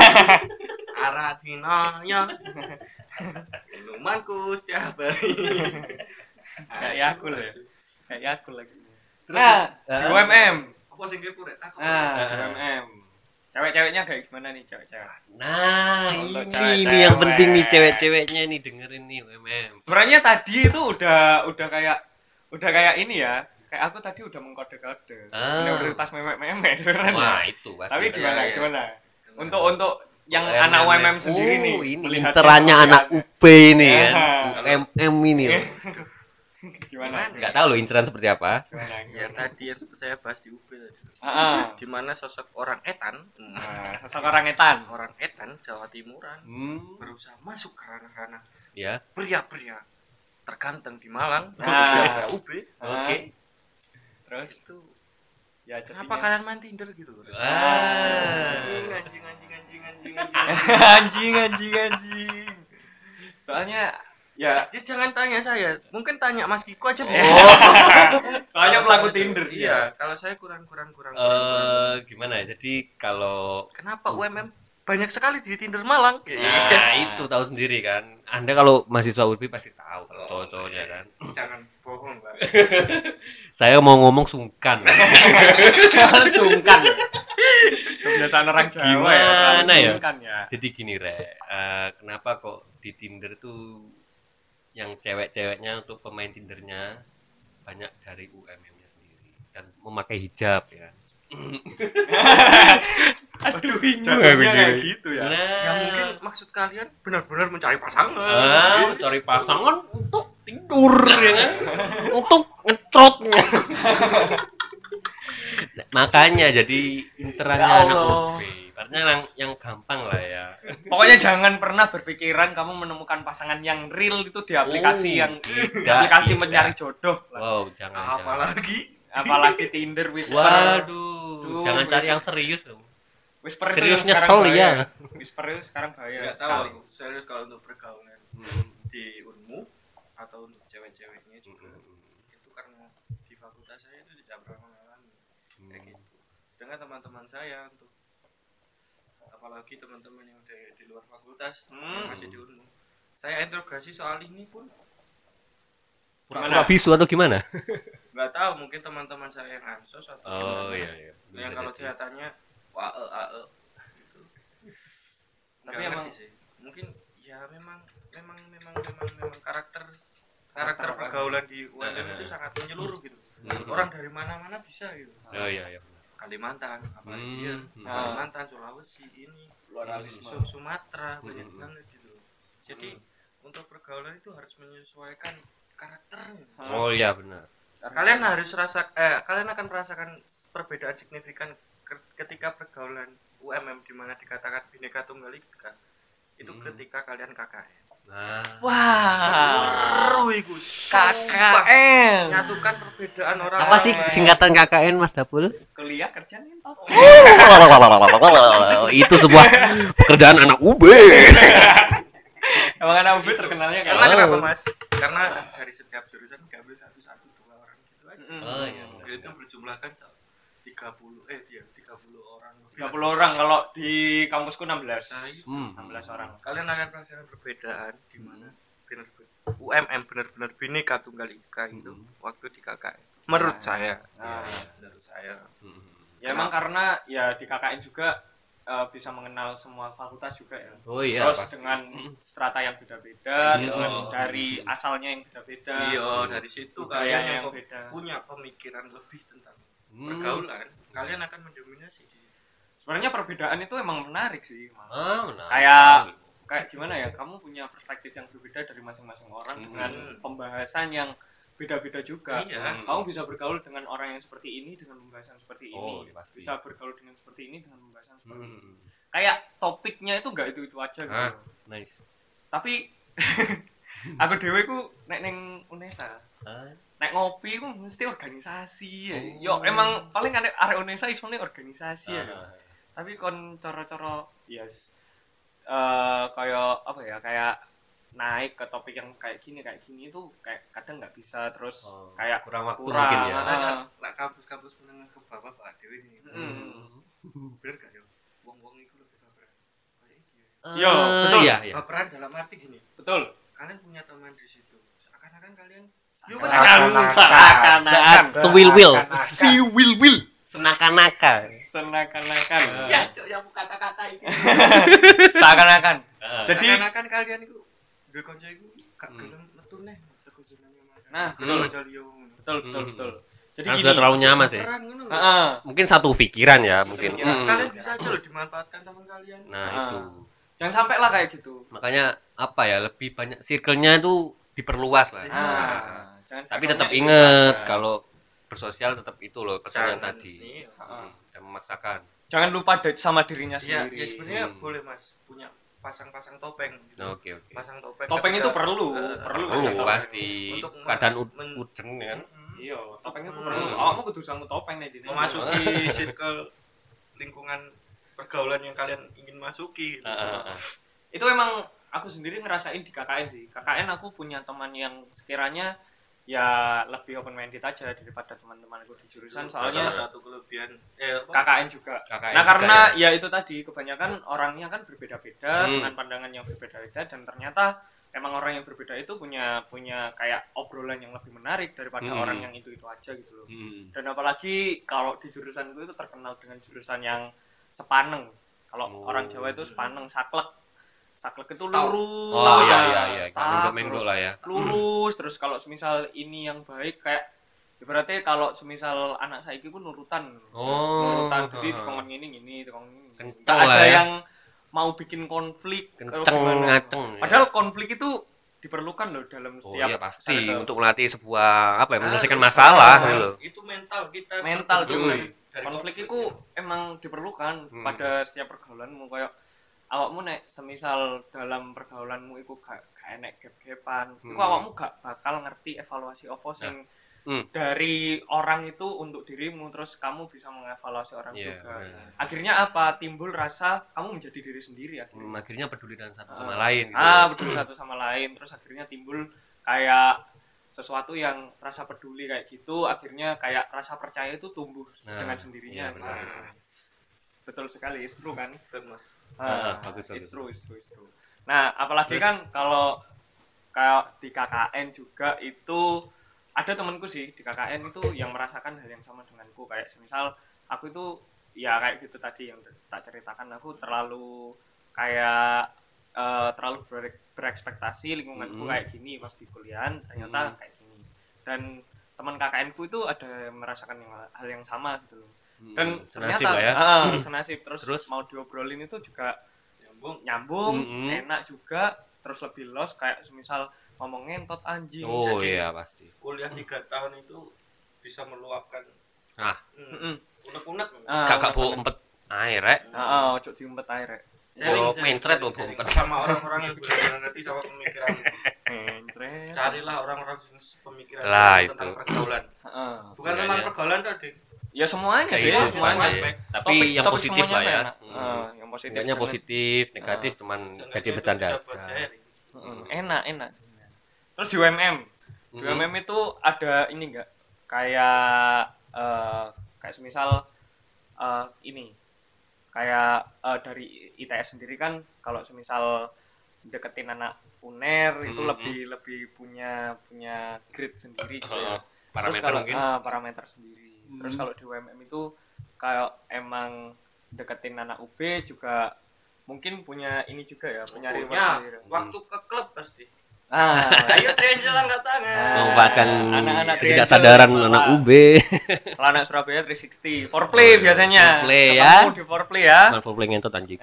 Aratina ya. Minumanku setiap hari. Kayak Yakult ya. Kayak Yakult lagi. Terus, Nah, eh, di U M M. Apa sih gue kurek takut. Nah, di Eh. U M M. Cewek-ceweknya kayak gimana nih cewek-cewek? Nah, Untuk ini cewek-cewek. ini yang penting nih cewek-ceweknya nih dengerin nih U M M. Sebenarnya tadi itu udah udah kayak udah kayak ini ya. Kayak aku tadi udah mengkode-kode. Ah. Universitas memek-memek sebenarnya. Wah, itu pasti. Tapi gimana Iya, iya. gimana? Untuk untuk yang U M M. anak U M M sendiri Oh, nih. ini melihatnya incerannya seperti anak apa. U P ini kan. Ah. U M M ini loh. Gimana? Enggak tahu loh inceran seperti apa. Gimana? Ya tadi yang sempat saya bahas di U B tadi. Ah, Di mana sosok orang etan, nah, sosok orang etan. orang etan Jawa Timuran Hmm, berusaha masuk ke ranah-ranah ya. pria-pria terganteng di Malang Ah. untuk U B Ah, Oke. Terus itu Ya Kenapa jadinya kalian main Tinder gitu loh? Ah. Anjing, anjing, anjing, anjing, anjing, anjing. anjing anjing anjing. Soalnya ya Ya jangan tanya saya, mungkin tanya Mas Kiko aja bisa. Oh. soalnya Kalau pelaku saya- Tinder Iya, dia. kalau saya kurang kurang kurang. kurang, kurang. Eh gimana ya? Jadi kalau Kenapa U M M banyak sekali di Tinder Malang? nah itu tahu sendiri kan. Anda kalau mahasiswa U P I pasti tahu kalau cowok-cowoknya kan. Jangan bohong, Pak. Saya mau ngomong sungkan. sungkan. Kebiasaan orang Jawa ya, Gimana terlalu ya? sungkan ya. Jadi gini Re, eh, kenapa kok di Tinder tuh yang cewek-ceweknya untuk pemain Tindernya banyak dari U M M-nya sendiri dan memakai hijab ya. Aduh, jatuhnya kayak gitu ya. Ya mungkin maksud kalian benar-benar mencari pasangan. ah, cari pasangan untuk tidur ya kan, untuk ngetrot. Makanya jadi incerannya Ya anak Allah. U P. Karena yang yang gampang lah ya. Pokoknya jangan pernah berpikiran kamu menemukan pasangan yang real itu di aplikasi Oh, yang tidak, aplikasi tidak. mencari jodoh. lah. Wow, jangan jangan. Apalagi Apalagi Tinder, Whisper. Waduh, Duh, jangan cari wis- yang serius dong. Whisper itu Serius yang nyesel sekarang ya. bahaya. Whisper itu sekarang bahaya nggak sekali. tahu serius kalau untuk pergaulan Hmm. di Unmu atau untuk cewek-ceweknya juga itu karena di fakultas saya itu tidak pernah mengalami kayak gitu. Sedangkan teman-teman saya untuk apalagi teman-teman yang di, di luar fakultas yang Hmm. masih di Unmu, saya interogasi soal ini pun Pura-pura bisu atau gimana? nggak tahu, mungkin teman-teman saya yang ansos atau Oh gimana. iya iya. yang Bisa kalau jadi. kelihatannya wah e a e gitu. Tapi Nggak emang- ngerti sih. Mungkin ya memang memang memang memang memang karakter karakter orang. pergaulan di U M M Nah, itu nah. sangat menyeluruh gitu. Hmm. Orang dari mana-mana bisa gitu. Oh iya iya. Kalimantan, apalagi Hmm. dia Hmm. Kalimantan, Sulawesi, ini Pluralisme. Su- Sumatera banyak Hmm. banget gitu. Jadi untuk pergaulan itu harus menyesuaikan karakternya. Oh iya benar. Kalian harus rasa eh kalian akan merasakan perbedaan signifikan ke- ketika pergaulan U M M di mana dikatakan Bhinneka Tunggal Ika itu Hmm. ketika kalian K K N. Nah, Wah, Seru iku. K K N. Nyatukan perbedaan orang. apa sih singkatan K K N Mas Dapul? Kuliah kerja ngentot. Itu sebuah pekerjaan anak U B. Emang anak U B terkenalnya Karena kayak kenapa Mas? Karena dari setiap jurusan diambil satu satu dua orang gitu aja. Mm-mm. Oh iya. benar. Itu berjumlahkan tiga puluh eh dia tiga puluh orang. tiga puluh orang, kalau di kampusku enam belas. Nah, itu Hmm. enam belas orang. kalian akan merasakan perbedaan di mana benar-benar U M M benar-benar Bhinneka Tunggal Ika itu Hmm. waktu di K K N. Menurut Nah. saya, Nah, menurut saya. Hmm. ya emang karena ya di K K N juga eh, bisa mengenal semua fakultas juga ya. Oh iya. Terus pasti. dengan strata yang beda-beda, Iya. dengan dari asalnya yang beda-beda, Iya, dari situ budayanya kalian yang yang beda. punya pemikiran lebih tentang Hmm. pergaulan, kalian akan mendominasi di Sebenarnya perbedaan itu emang menarik sih, Mas. Ah, menarik Kayak- sekali. Kayak gimana ya? Kamu punya perspektif yang berbeda dari masing-masing orang Hmm. dengan pembahasan yang beda-beda juga. Iya. Hmm. Kamu bisa bergaul dengan orang yang seperti ini dengan pembahasan seperti Oh, ini. pasti. Bisa bergaul dengan seperti ini dengan pembahasan seperti ini. Hmm. Kayak topiknya itu enggak itu-itu aja gitu. Ah. Nice. Tapi aku dhewe ku nek ning Unesa, Ah. nek ngopi ku mesti organisasi ya. Oh. Yo emang paling arek arek Unesa isone organisasi ya. Ah. Tapi kon cara-cara yes eh kayak apa ya, kayak naik ke topik yang kayak gini kayak gini itu kayak kadang nggak bisa, terus Oh, kayak kurang waktu kurang. mungkin ya. Ah. lah kampus-kampus menengah ke bawah Pak Dewi ini. Mm. Bener gak ya? Wong-wong itu lebih baperan. Kayak iki ya. Yo, betul. Iya, iya. Baperan dalam arti gini, Betul. kalian punya teman di situ. Seakan-akan kalian Yo wes seakan-akan. Saat Seakan-akan. sewil-wil. si Will Will. Senakan-nakan. Seakan-akan. Ya, Cok, yang kata-kata itu. Seakan-akan. Ah. Jadi Seakan-akan kalian itu gue konco iku gak Hmm. gelem metu neh teko jenenge Mas. Nah, betul betul. aja liyo. betul betul Hmm. betul. Jadi Kan gini. sudah terlalu nyaman sih. Baperan ngono lho. Heeh. Mungkin satu pikiran ya, mungkin. pikiran. Hmm. Kalian bisa aja loh dimanfaatkan teman kalian. Nah, Ah. itu. Jangan sampai lah kayak gitu. Makanya apa ya, lebih banyak circle-nya itu diperluas lah. Ah, jangan Tapi circle-nya tetap itu ingat aja. kalau bersosial tetap itu loh pesan yang Jangan, tadi. iya. Hmm, Jangan memaksakan. Jangan lupa de- sama dirinya Iya, sendiri. ya sebenarnya Hmm. boleh Mas punya pasang-pasang topeng gitu. Nah, Oke, oke. Pasang topeng. Topeng itu ketika- perlu, Eh, perlu. Perlu sih, pasti. Untuk Keadaan men- ud- men- urgent kan. Mm-mm. Iya, topengnya ku Hmm. perlu. Awakmu kudu sangu topeng nek dene. memasuki circle lingkungan pergaulan yang kalian ingin masuki gitu. Heeh, heeh. Itu emang aku sendiri ngerasain di K K N sih. K K N aku punya teman yang sekiranya ya lebih open minded aja daripada teman-temanku di jurusan, soalnya salah satu kelebihan eh K apa? K N juga. K K N Nah, juga karena ya. itu tadi kebanyakan orangnya kan berbeda-beda Hmm. dengan pandangan yang berbeda-beda, dan ternyata emang orang yang berbeda itu punya punya kayak obrolan yang lebih menarik daripada Hmm. orang yang itu-itu aja gitu loh. Hmm. Dan apalagi kalau di jurusan itu terkenal dengan jurusan yang sepaneng. Kalau Oh. orang Jawa itu sepaneng, saklek. Saklek itu Stout. lurus. Oh ya, iya iya iya, stout, menggo-menggo terus lah ya. lurus, terus kalau semisal ini yang baik kayak ibaratnya kalau semisal anak saiki ku nurutan. Oh. Nurutan, jadi heeh. dikongkon ini gini, dikongkon ini. Kenceng Nggak lah ada ya. yang mau bikin konflik atau Kenceng gimana. ngaceng. ya. Padahal konflik itu diperlukan loh dalam Oh setiap iya pasti circle. untuk melatih sebuah apa ya, menyelesaikan Harus, masalah harus. gitu loh. Itu mental kita. Mental, terbentuk cuy. dari- dari Konflik konflik itu emang diperlukan Hmm. pada setiap pergaulanmu. Kayak awakmu nek semisal dalam pergaulanmu iku gak gak enek gap-gapan, iku Hmm. awakmu gak bakal ngerti evaluasi apa sing Hmm. dari orang itu untuk dirimu, terus kamu bisa mengevaluasi orang Iya, juga. benar. Akhirnya apa? Timbul rasa kamu menjadi diri sendiri Hmm, akhirnya. akhirnya peduli dengan satu Ah. sama lain gitu. Ah, peduli satu sama lain, terus akhirnya timbul kayak sesuatu yang rasa peduli kayak gitu, akhirnya kayak rasa percaya itu tumbuh Nah, dengan sendirinya. iya, benar. Nah, betul sekali, it's true kan? famous. Ah, bagus, bagus. it's true, it's true, it's true. Nah, apalagi kan kalau kayak di K K N juga itu ada temanku sih di K K N itu yang merasakan hal yang sama denganku, kayak semisal aku itu ya kayak gitu tadi yang tak ceritakan, aku terlalu kayak eh, terlalu ber- berekspektasi lingkunganku Mhm. kayak gini pas di kuliahan, ternyata Mhm. kayak gini. Dan teman K K N ku itu ada yang merasakan yang, hal yang sama gitu loh. Dan Hmm, senasib ternyata lah ya. ah, senasib terus, Terus? mau diobrolin itu juga Nyambung. nyambung, Mhm. enak juga, terus lebih los kayak semisal ngomong ngentot anjing. Oh Jadi, iya pasti. Kuliah tiga tahun itu bisa meluapkan Nah. hmm, Heeh. unek-unek. Ah, Kakak unek-unek. bawa empet air rek. Heeh, ojo diumpet ae rek. Oh, Sharing, mencret sharing, loh, sharing bukan. sama orang-orang yang benar-benar ngerti sama pemikiran. Mencret. Carilah orang-orang yang pemikiran Lah, tentang itu. pergaulan. Heeh. Bukan Sebenarnya. tentang pergaulan tadi. Ya semuanya Kayak sih, gitu, semuanya. semuanya aspek. ya. Tapi Topik- yang topik positif lah semuanya ya. enak. Hmm. Heeh, yang positif. Enggaknya jangan- positif, negatif Ah. cuman Seenggaknya jadi itu bercanda bisa buat aja. sharing. Heeh, enak, enak. Terus di U M M. Di U M M itu ada ini enggak? Kayak eh kayak semisal eh ini. Kayak eh, dari I T S sendiri kan kalau semisal deketin anak U N E R itu Mhm. lebih lebih punya punya grade sendiri gitu Heeh, ya. Terus parameter kalau mungkin. ah, parameter sendiri. Terus Hmm. kalau di U M M itu kayak emang deketin anak U B juga mungkin punya ini juga ya, punya reward Pokoknya sendiri. waktu ke klub pasti. Ah, Ayo Triangel angkat tangan. Memanfaatkan Anak-anak ketidaksadaran Triangle, anak ah. U B. kalau anak Surabaya tiga enam puluh. Foreplay Oh, biasanya. foreplay Ketemu ya. di foreplay ya. Cuman full play ngentot anjing.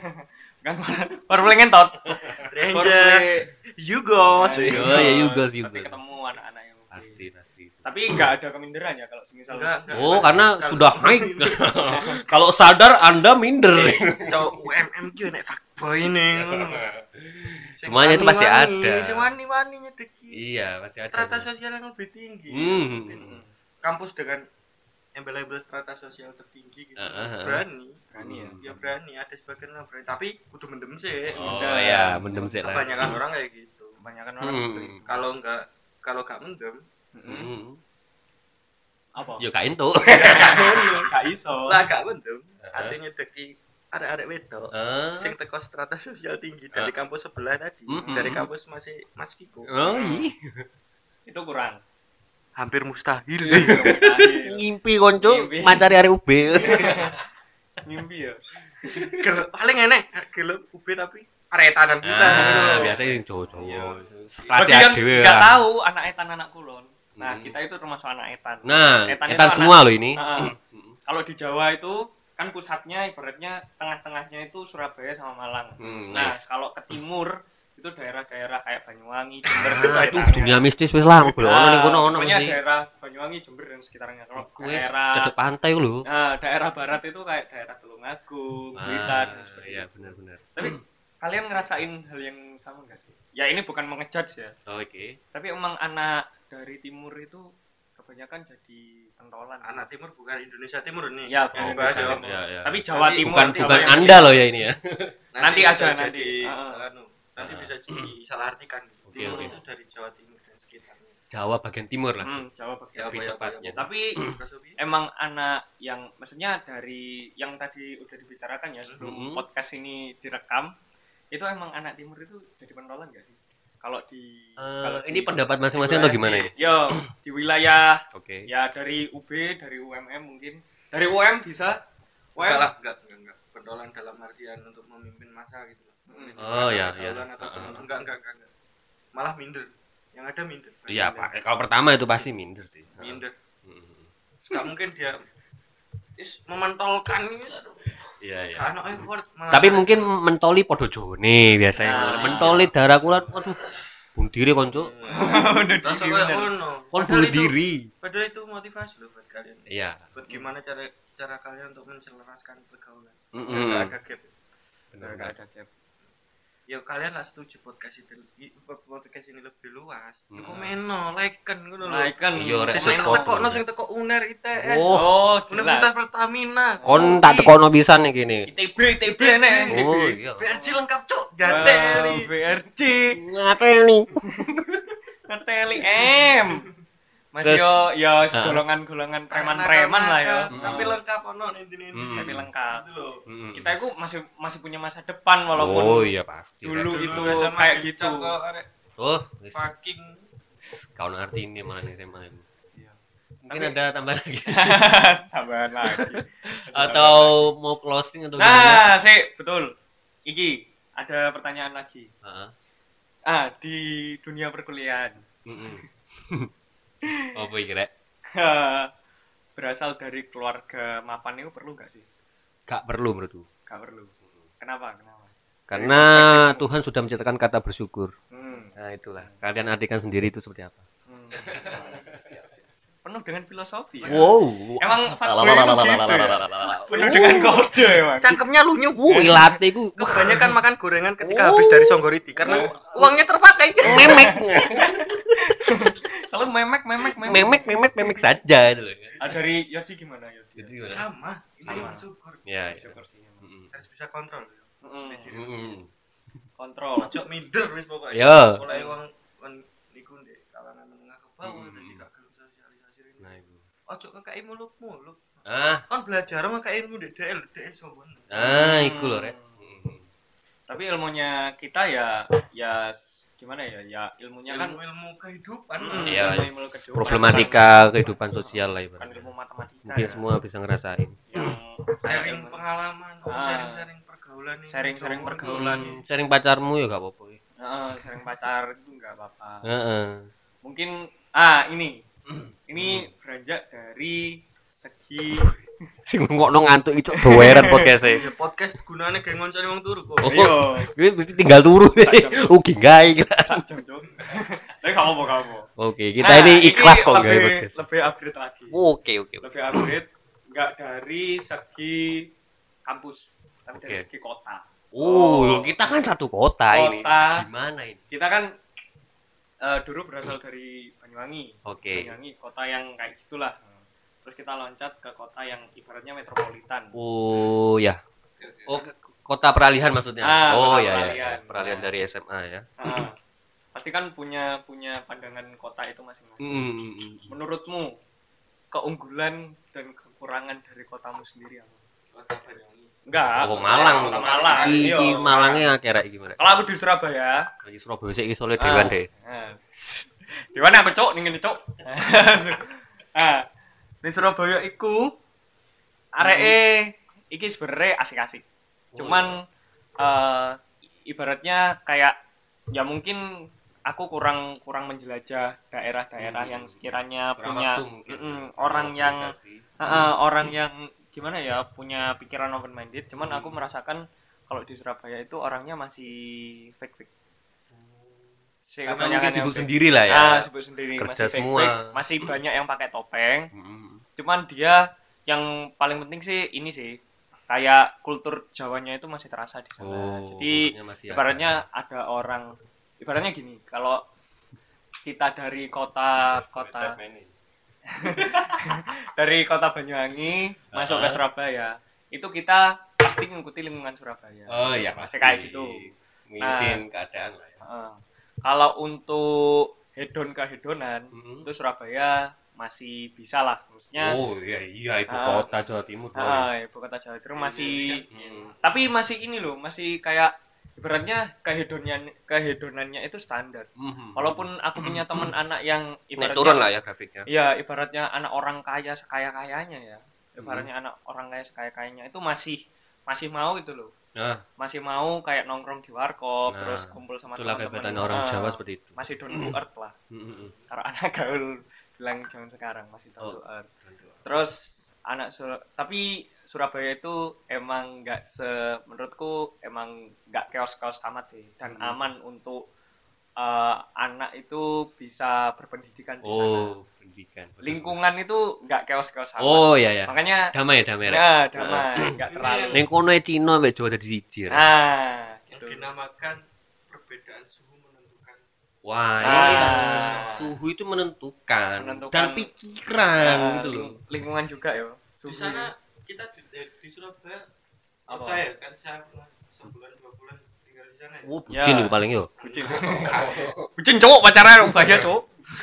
Kan foreplay ngentot. Triangel. Foreplay. You go sih. Oh ya you guys, you Pasti guys. ketemu anak-anak yang U B. Pasti pasti. Tapi enggak ada keminderan ya kalau semisal. Enggak, enggak. Oh, Mas. karena Kalau- sudah naik. Kalau sadar Anda minder. Cowok U M M ki nek fuckboy ini. Sing Semuanya itu pasti wani-wani, ada. Sing wani-wani nyedeki. Iya, pasti ada. Strata sosial yang lebih tinggi. Hmm. Kampus dengan embel-embel strata sosial tertinggi gitu. Uh, uh, uh. Berani. Berani ya. Ya berani, ada sebagian orang berani, tapi kudu mendem sih. Oh Udah. iya, mendem sih lah. Kebanyakan orang kayak gitu. Kebanyakan orang Hmm. seperti itu. Kalau enggak kalau enggak mendem, Mm-mm. Hmm. Apa? Yo kain tuh. Gak iso. lah enggak mendem, artinya deki arek-arek wedok Eh. sing teko strata sosial tinggi dari kampus sebelah tadi, Mm-mm. dari kampus masih Mas Kiko. Oh iya. Itu kurang. Hampir mustahil. Mustahil. Ngimpi konco Ngimpi. macari hari U B. Ngimpi ya. Gelap paling enak gelap U B tapi aretanan bisa. Ah, biasanya yang cowok-cowok. Iya. Bagi Kelas yang dhewe nggak lah. tahu anak etan anak kulon. Nah, Hmm. kita itu termasuk anak etan. Nah, Etan etan, itu semua anak- loh ini. Heeh. Kalau di Jawa itu kan pusatnya ibaratnya tengah-tengahnya itu Surabaya sama Malang. Hmm, Nah, nice. kalau ke timur itu daerah-daerah kayak Banyuwangi, Jember, Ah, dan itu sekitarnya. dunia mistis wis lah, golek ono ning kono ono pokoknya mesti. daerah Banyuwangi, Jember dan sekitarnya. Kalau Kuwi daerah cedek pantai lho. nah, daerah barat itu kayak daerah Tulungagung, Blitar dan Ah, seperti iya itu. benar-benar. Tapi kalian ngerasain hal yang sama nggak sih? Ya ini bukan mengejudge ya, Oh, oke. tapi emang anak dari timur itu kebanyakan jadi pentolan. Anak timur bukan Indonesia Timur nih. Ya, yang bukan dibahas Indonesia ya. Timur. Ya, ya. Tapi Jawa Nanti Timur bukan Jawa bukan yang Anda loh ya ini ya. Nanti bisa aja, jadi, nanti. anu, nanti Ah. bisa disalahartikan. Oke, Timur oke. itu dari Jawa Timur dan sekitarnya. Jawa bagian timur lah. Hmm, Jawa bagian. Ya, Lebih apa, ya, apa, tepatnya. ya, apa. Tapi Mas Sobi? emang anak yang maksudnya dari yang tadi udah dibicarakan ya sebelum Mhm. podcast ini direkam, itu emang anak timur itu jadi pentolan gak sih? Kalau di Eh, kalau ini di- pendapat masing-masing atau gimana ini? Yo, di wilayah Oke. ya dari U B, dari U M M mungkin. Dari U M bisa. U M Enggak lah, enggak, enggak, enggak. Pentolan dalam artian untuk memimpin masa gitu loh. Memimpin Oh, masa, ya, pergaulan ya. atau Ah, ah. enggak, enggak, enggak, enggak. Malah minder. Yang ada minder. Iya, Minder. Pak. Kalau pertama itu pasti minder sih. Minder. Mm. Enggak mungkin dia is memantolkan is. Iya, iya. Kan effort. malah- Tapi mungkin mentoli podo jone biasanya. Nah, mentoli darah kula waduh bunuh diri konco. Rasa kayak ngono. Kon Padahal bunuh itu- diri. Padahal itu motivasi loh buat kalian. Iya. Buat gimana cara cara kalian untuk menselaraskan pergaulan. Mm-mm. Enggak ada gap. Benar, Nggak ada gap. Ya kalian lah setuju podcast itu podcast ini lebih luas. Hmm. Iku meno like-an ngono lho. Like kan. Iya, rek, Sesuk like. tekokno sing teko U N E R I T S. Oh. Oh, Universitas jelas. Pertamina. Kon tak tekono pisan nih gini. I T B, I T B nek. Oh iya. B R C lengkap cuk. Wow, Jateli. B R C, Ngateli. ngeteli M. Masih Terus, yo yo ah. golongan-golongan preman-preman lah ya. Nakal-nakal, Tapi lengkap ono intine Hmm. Tapi lengkap. Itu loh. Mm. Kita itu masih masih punya masa depan walaupun Oh iya pasti. dulu Rek. itu S M A kayak dicap gitu. kok arek Oh, wis. fucking Kau ngerti ini malah nih saya main. Iya. Mungkin Tapi- ada tambahan lagi Tambahan lagi. atau mau closing atau gimana? Nah, sih betul. Iki ada pertanyaan lagi. Heeh. Ah, di dunia perkuliahan Heeh. Apa iki rek? berasal dari keluarga mapan itu perlu nggak sih? Gak perlu menurutku. Gak perlu. Kenapa? Kenapa? Karena perspektifmu. Tuhan sudah menciptakan kata bersyukur. Hmm. Nah, itulah. Kalian artikan sendiri itu seperti apa. Hmm. Siap, siap, siap. Penuh dengan filosofi ya. Wow. Emang fuckboy itu gitu ya? Penuh dengan kode emang. cangkemnya lunyuk. Wuh, ilate iku Kebanyakan makan gorengan ketika Oh. habis dari Songgoriti karena uangnya terpakai. memek. Selalu memek, memek, memek. Memek, memek, memek saja itu. Ah, dari Yodi gimana Yodi? Jadi gimana? Sama. Ini Sama. bersyukur. Ya, ya. Syukur sih. emang. Mm-mm. Harus bisa kontrol. Mm-mm. Mm-mm. Kontrol. Ojo minder wis pokoknya. Ya. Mulai wong wong niku ndek kalangan menengah ke bawah Hmm. dadi gak gelem sosialisasi rene. Nah, itu. Ojo ngekeki muluk-muluk. Ah, Kan belajar ngekeki ilmu ndek D L, D S sopan. ah, iku lho rek. Mm-mm. Tapi ilmunya kita ya ya s- gimana ya? Ya ilmunya kan Ilmu-ilmu kehidupan. Mm, Iya, ilmu- ilmu kehidupan. Problematika kehidupan sosial lah Bukan ibaratnya. ilmu matematika. Mungkin ya. semua bisa ngerasain. Yang Sharing pengalaman, Ah. sharing-sharing pergaulan ini. Sharing-sharing Jauh. pergaulan. Hmm, sharing pacarmu ya gak apa-apa. ya. Heeh, sering pacar itu enggak apa-apa. Heeh. Mungkin ah ini ini beranjak dari segi Sing ngokno ngantuk itu doeran podcast-e. Ya podcast gunane geng ngonconi wong turu kok. Oh. iya Kuwi mesti tinggal turu. Ugi gawe kita. sak jam jam. Tapi kamu mau kamu. Oke, kita ini ikhlas kok gawe lebih, podcast. lebih upgrade lagi. Oke, oke. oke. Lebih upgrade enggak dari segi kampus, tapi dari Oke. segi kota. Oh, kita kan satu kota, ini. Kota. Gimana ini? Kita kan eh, dulu berasal dari Banyuwangi. Oke. Banyuwangi kota yang kayak gitulah. Terus kita loncat ke kota yang ibaratnya metropolitan. Oh, ya. Oh, ke- kota peralihan maksudnya. Ah, oh, kota ya, ya, ya. peralihan. Peralihan dari S M A ya. Ah, pasti kan punya punya pandangan kota itu masing-masing. Hmm. Menurutmu keunggulan dan kekurangan dari kotamu sendiri apa? Kota Banyuwangi. Enggak. Oh, Malang. Kota Malang. Iki Iya, Malangnya kira gimana? kalau aku di Surabaya, Lagi Surabaya sik isolate dewan deh. nah, di mana aku cok ning ngene cok. Ah, di Surabaya iku areke iki sebenarnya asik-asik. Cuman eh ibaratnya kayak ya mungkin aku kurang kurang menjelajah daerah-daerah Hmm. yang sekiranya Kurang punya waktu mungkin. mm-mm, orang yang Organisasi. Heeh, orang yang gimana ya punya pikiran open minded. Cuman aku Hmm. merasakan kalau di Surabaya itu orangnya masih fake fake. Si Karena kebanyakan mungkin yang sibuk fake. sendiri lah ya. Ah, sibuk sendiri Kerja masih fake, semua. fake. Masih banyak yang pakai topeng. Hmm. Cuman dia yang paling penting sih ini sih kayak kultur Jawanya itu masih terasa di sana. Oh, Jadi maksudnya masih ibaratnya ada orang ibaratnya gini, kalau kita dari kota kota dari kota Banyuwangi masuk ke Surabaya. Itu kita pasti ngikuti lingkungan Surabaya. Oh iya pasti kayak gitu. Ngikutin keadaan lah ya. Uh, kalau untuk hedon ke hedonan Mhm. itu Surabaya masih bisa lah, maksudnya Oh iya iya ibu Ah. kota Jawa Timur. boy. ah, ibu kota Jawa Timur masih, Hmm. tapi masih ini loh, masih kayak ibaratnya kehedonannya kehedonannya itu standar. Mhm. Walaupun aku punya teman anak yang naik ibaratnya turun lah ya grafiknya. ya ibaratnya anak orang kaya sekaya kayanya ya, ibaratnya anak orang kaya sekaya kayanya itu masih masih mau gitu loh, Nah, masih mau kayak nongkrong di warkop, Nah, terus kumpul sama itulah teman-teman. kebetulan orang Ah, Jawa seperti itu. masih down to earth lah. Mhm. Kalau anak gaul bilang zaman sekarang masih down to Oh. earth. Terus anak Sur- tapi Surabaya itu emang nggak se menurutku emang nggak keos-keos amat sih, dan Hmm. aman untuk eh, anak itu bisa berpendidikan di sana. Oh, pendidikan. Betul. Lingkungan itu nggak keos-keos amat. Oh iya ya. Makanya Damai damai. Rek. ya damai, nggak terlalu. Ning kono e Cina mbek Jawa dadi siji. Rek. Nah, Yang gitu. dinamakan perbedaan suhu menentukan Wah, Ah. iya. Suhu itu menentukan, Menentukan. dan pikiran Nah, gitu loh. ling- lingkungan juga ya. di Suhu sana. Kita di, eh, di Surabaya Apa? saya kan saya pernah sebulan dua bulan tinggal di sana ya. Oh, Ya. bucin itu paling yo. Bucin. Bucin cowok pacaran bahaya cowok.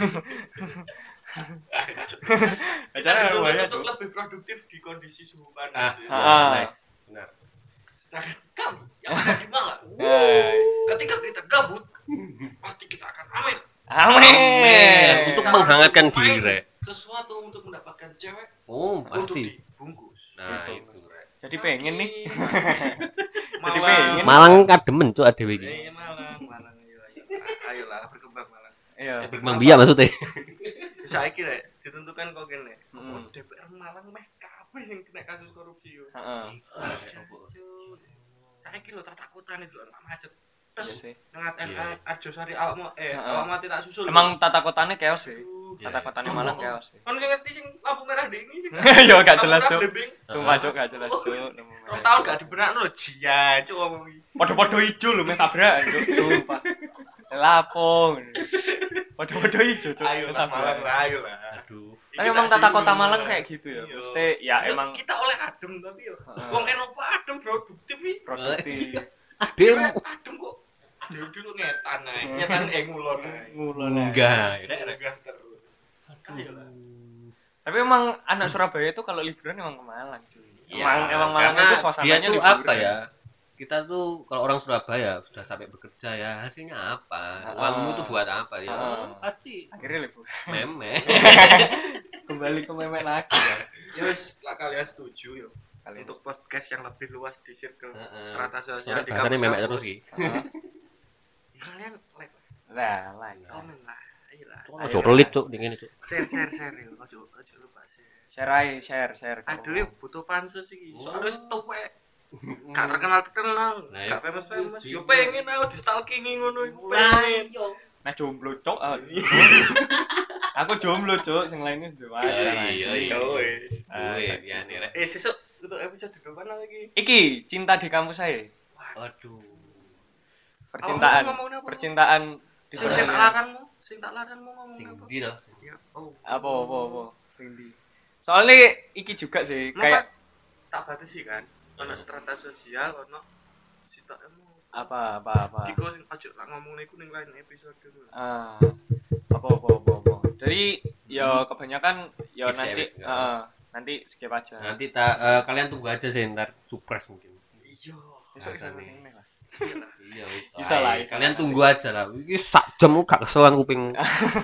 Kita Pacaran dituntut bahaya untuk cowok. lebih produktif di kondisi suhu Ah, panas ya. Ah. nice. Benar. Sedangkan kami yang ada di Malang, Hai. ketika kita gabut, pasti kita akan amin. Amin. Untuk menghangatkan diri, Rek. Sesuatu untuk mendapatkan cewek Oh, untuk pasti. dibungkus. Nah, Gitu. itu, Rek. Jadi pengen nih. Malang. pengen. Malang kademen cuk adewe iki. Eh, Malang, Malang, ayo, ayo, ayolah berkembang Malang. Iya. Berkembang biak maksudnya. Bisa iki rek, ditentukan kok kene. Hmm. Oh, D P R Malang meh kabeh sing kena kasus korupsi yo. Heeh. Saiki lho tak takutan itu lho, tak macet. Iya Terus sih. ngaten Iya. Arjosari awakmu eh Heeh. awak mati tak susul. Emang tata kotanya chaos sih. Aduh. Iya. Tata kotanya Malang chaos sih. Kan sing ngerti sing lampu merah deh ini sing. Yo gak jelas lampu cuk. merah blimbing. Sumpah cuk gak jelas cuk. Rong tahun gak dibenakno lho jia cuk ngomong iki. Podo-podo ijo lho meh tabrakan cuk. Sumpah. Lapo. Podo-podo ijo cuk. Ayo lah Malang lah, ayo lah. Aduh. Tapi emang tata kota Malang kayak gitu ya. Iya. Mesti ya Ayo, emang kita oleh adem tapi yo. Heeh. Wong Eropa adem produktif iki. produktif. Adem. Adem kok. Dulu ngetan ae. Ngetan eh ngulon ae. Ngulon ae. Enggak. Enggak terus. Ayo lah. Tapi emang anak Surabaya itu kalau liburan emang ke Malang cuy. Ya, Emang emang Malang karena itu dia suasananya tuh liburan. apa ya? Kita tuh kalau orang Surabaya sudah sampai bekerja ya hasilnya apa? Ah. Uangmu itu buat apa ya? Ah. Pasti Akhirnya liburan. meme. Kembali ke memek lagi ya. Ya wis lah kalian setuju yo. Kalian Untuk podcast yang lebih luas di circle Heeh. strata sosial Soalnya di bahasanya memek terus kampus-kampus. iki. Ya, kalian like lah, Lah, lah ya. komen lah. Ayolah. Ojo pelit cuk dingin itu. Share share share yo. Ojo ojo lupa share. Share aja, share, share. Aduh ya butuh pansus iki. Soalnya wis Oh. tuwek. Gak terkenal terkenal, Nah, gak ya. famous famous. Yo pengen aku di stalkingi ngono iku pengen. Nah jomblo cok. ah. Aku jomblo cok, sing lainnya sudah pacar. Iya, anjing. iya. Ya wis. Ah, Gue ya nih rek. Eh sesuk untuk episode depan lagi. Iki cinta di kampus saya. Aduh. Percintaan. Awak ngomongin apa? Percintaan di Sing sing tak percintaan. larangmu, sing tak larangmu ngomong Sing apa? ndi to? Ya, oh. Apa apa apa. Sing di. Soalnya iki juga sih Kayak kayak tak batasi kan. Ono strata sosial, ono sitakmu. apa apa apa. Diko sing aja lak ngomong iku ning lain episode dulu. Ah, apa apa apa apa. Jadi ya kebanyakan ya Skip nanti sih, wis, eh, nanti skip aja. Nanti ta, eh, kalian tunggu aja sih ntar surprise mungkin. Iya. Besok Nah, bisa nih. ini lah. Iya wis. Bisa lah, ae. bisa Kalian lah. tunggu aja lah. Iki sak jam gak keselan kuping.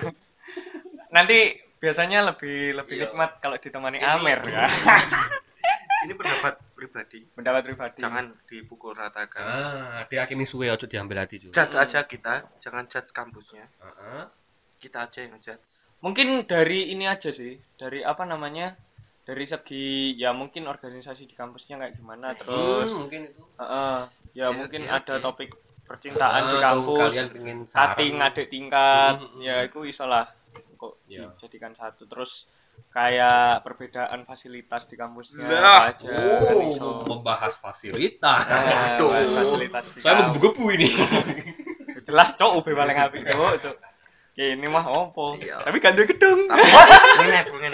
Nanti biasanya lebih lebih Iya. nikmat kalau ditemani Ini- Amer ya. Ini pendapat pribadi. Pendapat pribadi. Jangan dipukul ratakan. Ah, dihakimi suwe ojo diambil hati juga. Judge aja kita, jangan judge kampusnya. Heeh. Kita aja yang judge. Mungkin dari ini aja sih, dari apa namanya? Dari segi ya mungkin organisasi di kampusnya kayak gimana terus Hmm, mungkin itu. heeh, ya Oke, mungkin oke, ada oke. topik percintaan di Ah, atau kampus, kalian pengen cutting saran. adik tingkat, Hmm, hmm, ya itu iso lah kok Ya. dijadikan satu. Terus kayak perbedaan fasilitas di kampusnya Lah, apa aja kan iso. Oh, membahas fasilitas. Nah, Aduh. bahas fasilitas di Saya kampus. menggebu-gebu ini. Jelas cok U B paling apik cok cok. Ya ini mah opo. Iya. Tapi kan duwe gedung. Tapi ngene, ngene.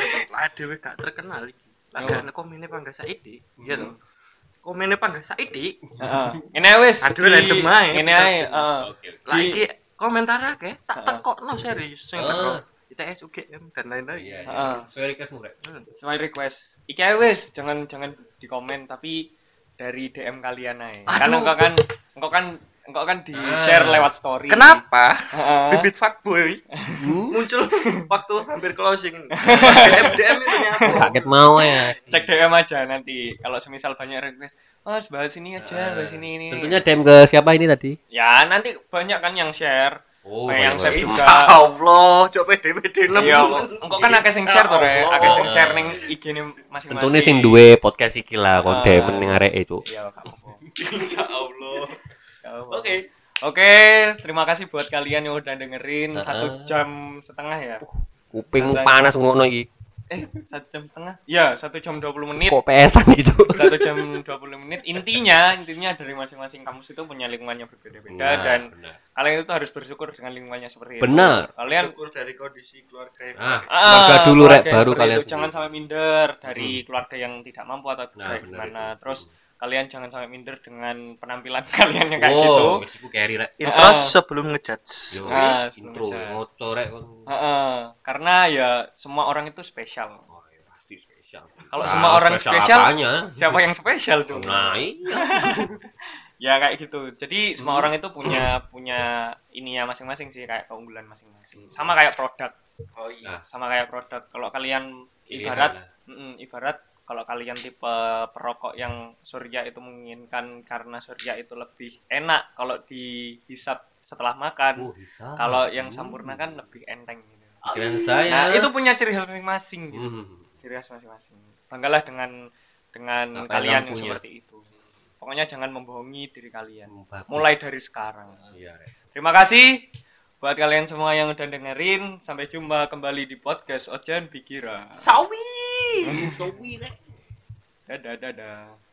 adewe gak terkenal iki. Lah Oh. gak komene Pangga Saidi, ya to. Komene Pangga Saidi. Heeh. Ngene wis. Aduh, di- random ae. Ngene ae, heeh. Oke. Lah Di- iki komentar akeh tak Heeh. tekokno serius sing Oh. teko I T S U G M dan lain-lain. Iya, Heeh. iya. Sesuai requestmu, Rek. Hmm. Sesuai request. Iki ae wis, jangan jangan di komen tapi dari D M kalian ae. Aduh. Karena engkau kan engkau kan engkau kan di-share Ah. lewat story. Kenapa Heeh. bibit fuckboy Hmm? muncul waktu hampir closing? D M D M itu nyapa? Kaget mau ya. Cek D M aja nanti kalau semisal banyak request, Mas bahas ini aja, bahas ini ini. Tentunya D M ke siapa ini tadi? Ya, nanti banyak kan yang share. Oh, Kayak yang banyak save banget. juga. Insya Allah, coba pede-pede Iya, engkau kan akeh sing share to, Rek. Akeh sing share ning I G-ne masing-masing. Tentunya sing duwe podcast iki lah, kon Ah. D M ning areke itu. Iya, gak apa-apa. Insya Allah. Gak apa-apa. Oke. Oke, terima kasih buat kalian yang udah dengerin Ah. satu jam setengah ya. Kupingmu Rasanya- panas ngono iki. Eh, satu jam setengah? Iya, satu jam dua puluh menit. Kok P S-an gitu. Satu jam dua puluh menit. Intinya, intinya dari masing-masing kampus itu punya lingkungannya berbeda-beda Nah, dan benar. kalian itu harus bersyukur dengan lingkungannya seperti itu. Benar. Kalian Syukur dari kondisi keluarga yang Ah, baik. keluarga Ah, dulu, Rek, keluarga yang baru seperti kalian itu. Jangan sendiri. sampai minder dari Hmm. keluarga yang tidak mampu atau Nah, kayak benar gimana. itu. Terus kalian jangan sampai minder dengan penampilan kalian yang kayak Oh, gitu. wis iku carry, Rek. Intro Ah. sebelum ngejudge. Yo, Ah, sebelum intro ngejudge. motor Rek kon. Heeh, karena ya semua orang itu spesial. Oh, ya pasti spesial. Kalau Ah, semua orang spesial, apanya? siapa yang spesial dong? Nah, iya. Ya kayak gitu. Jadi semua Hmm. orang itu punya punya ininya masing-masing sih, kayak keunggulan masing-masing. Sama kayak produk. Oh iya. Nah, Sama kayak produk. Kalau kalian pilihan ibarat lah. mm, ibarat kalau kalian tipe perokok yang surya itu menginginkan karena surya itu lebih enak kalau dihisap setelah makan. Oh, bisa. Kalau yang Hmm. sampurna kan lebih enteng gitu. Kirain saya. Nah, itu punya ciri khas masing-masing gitu. Hmm. Ciri khas masing-masing. Banggalah dengan dengan Apa yang kalian yang punya. seperti itu. Pokoknya jangan membohongi diri kalian. Hmm, bagus. Mulai dari sekarang. Iya, Rek. Terima kasih buat kalian semua yang udah dengerin. Sampai jumpa kembali di podcast Ojan Pikiran. Sawi. Sowi, Rek. Dadah dadah.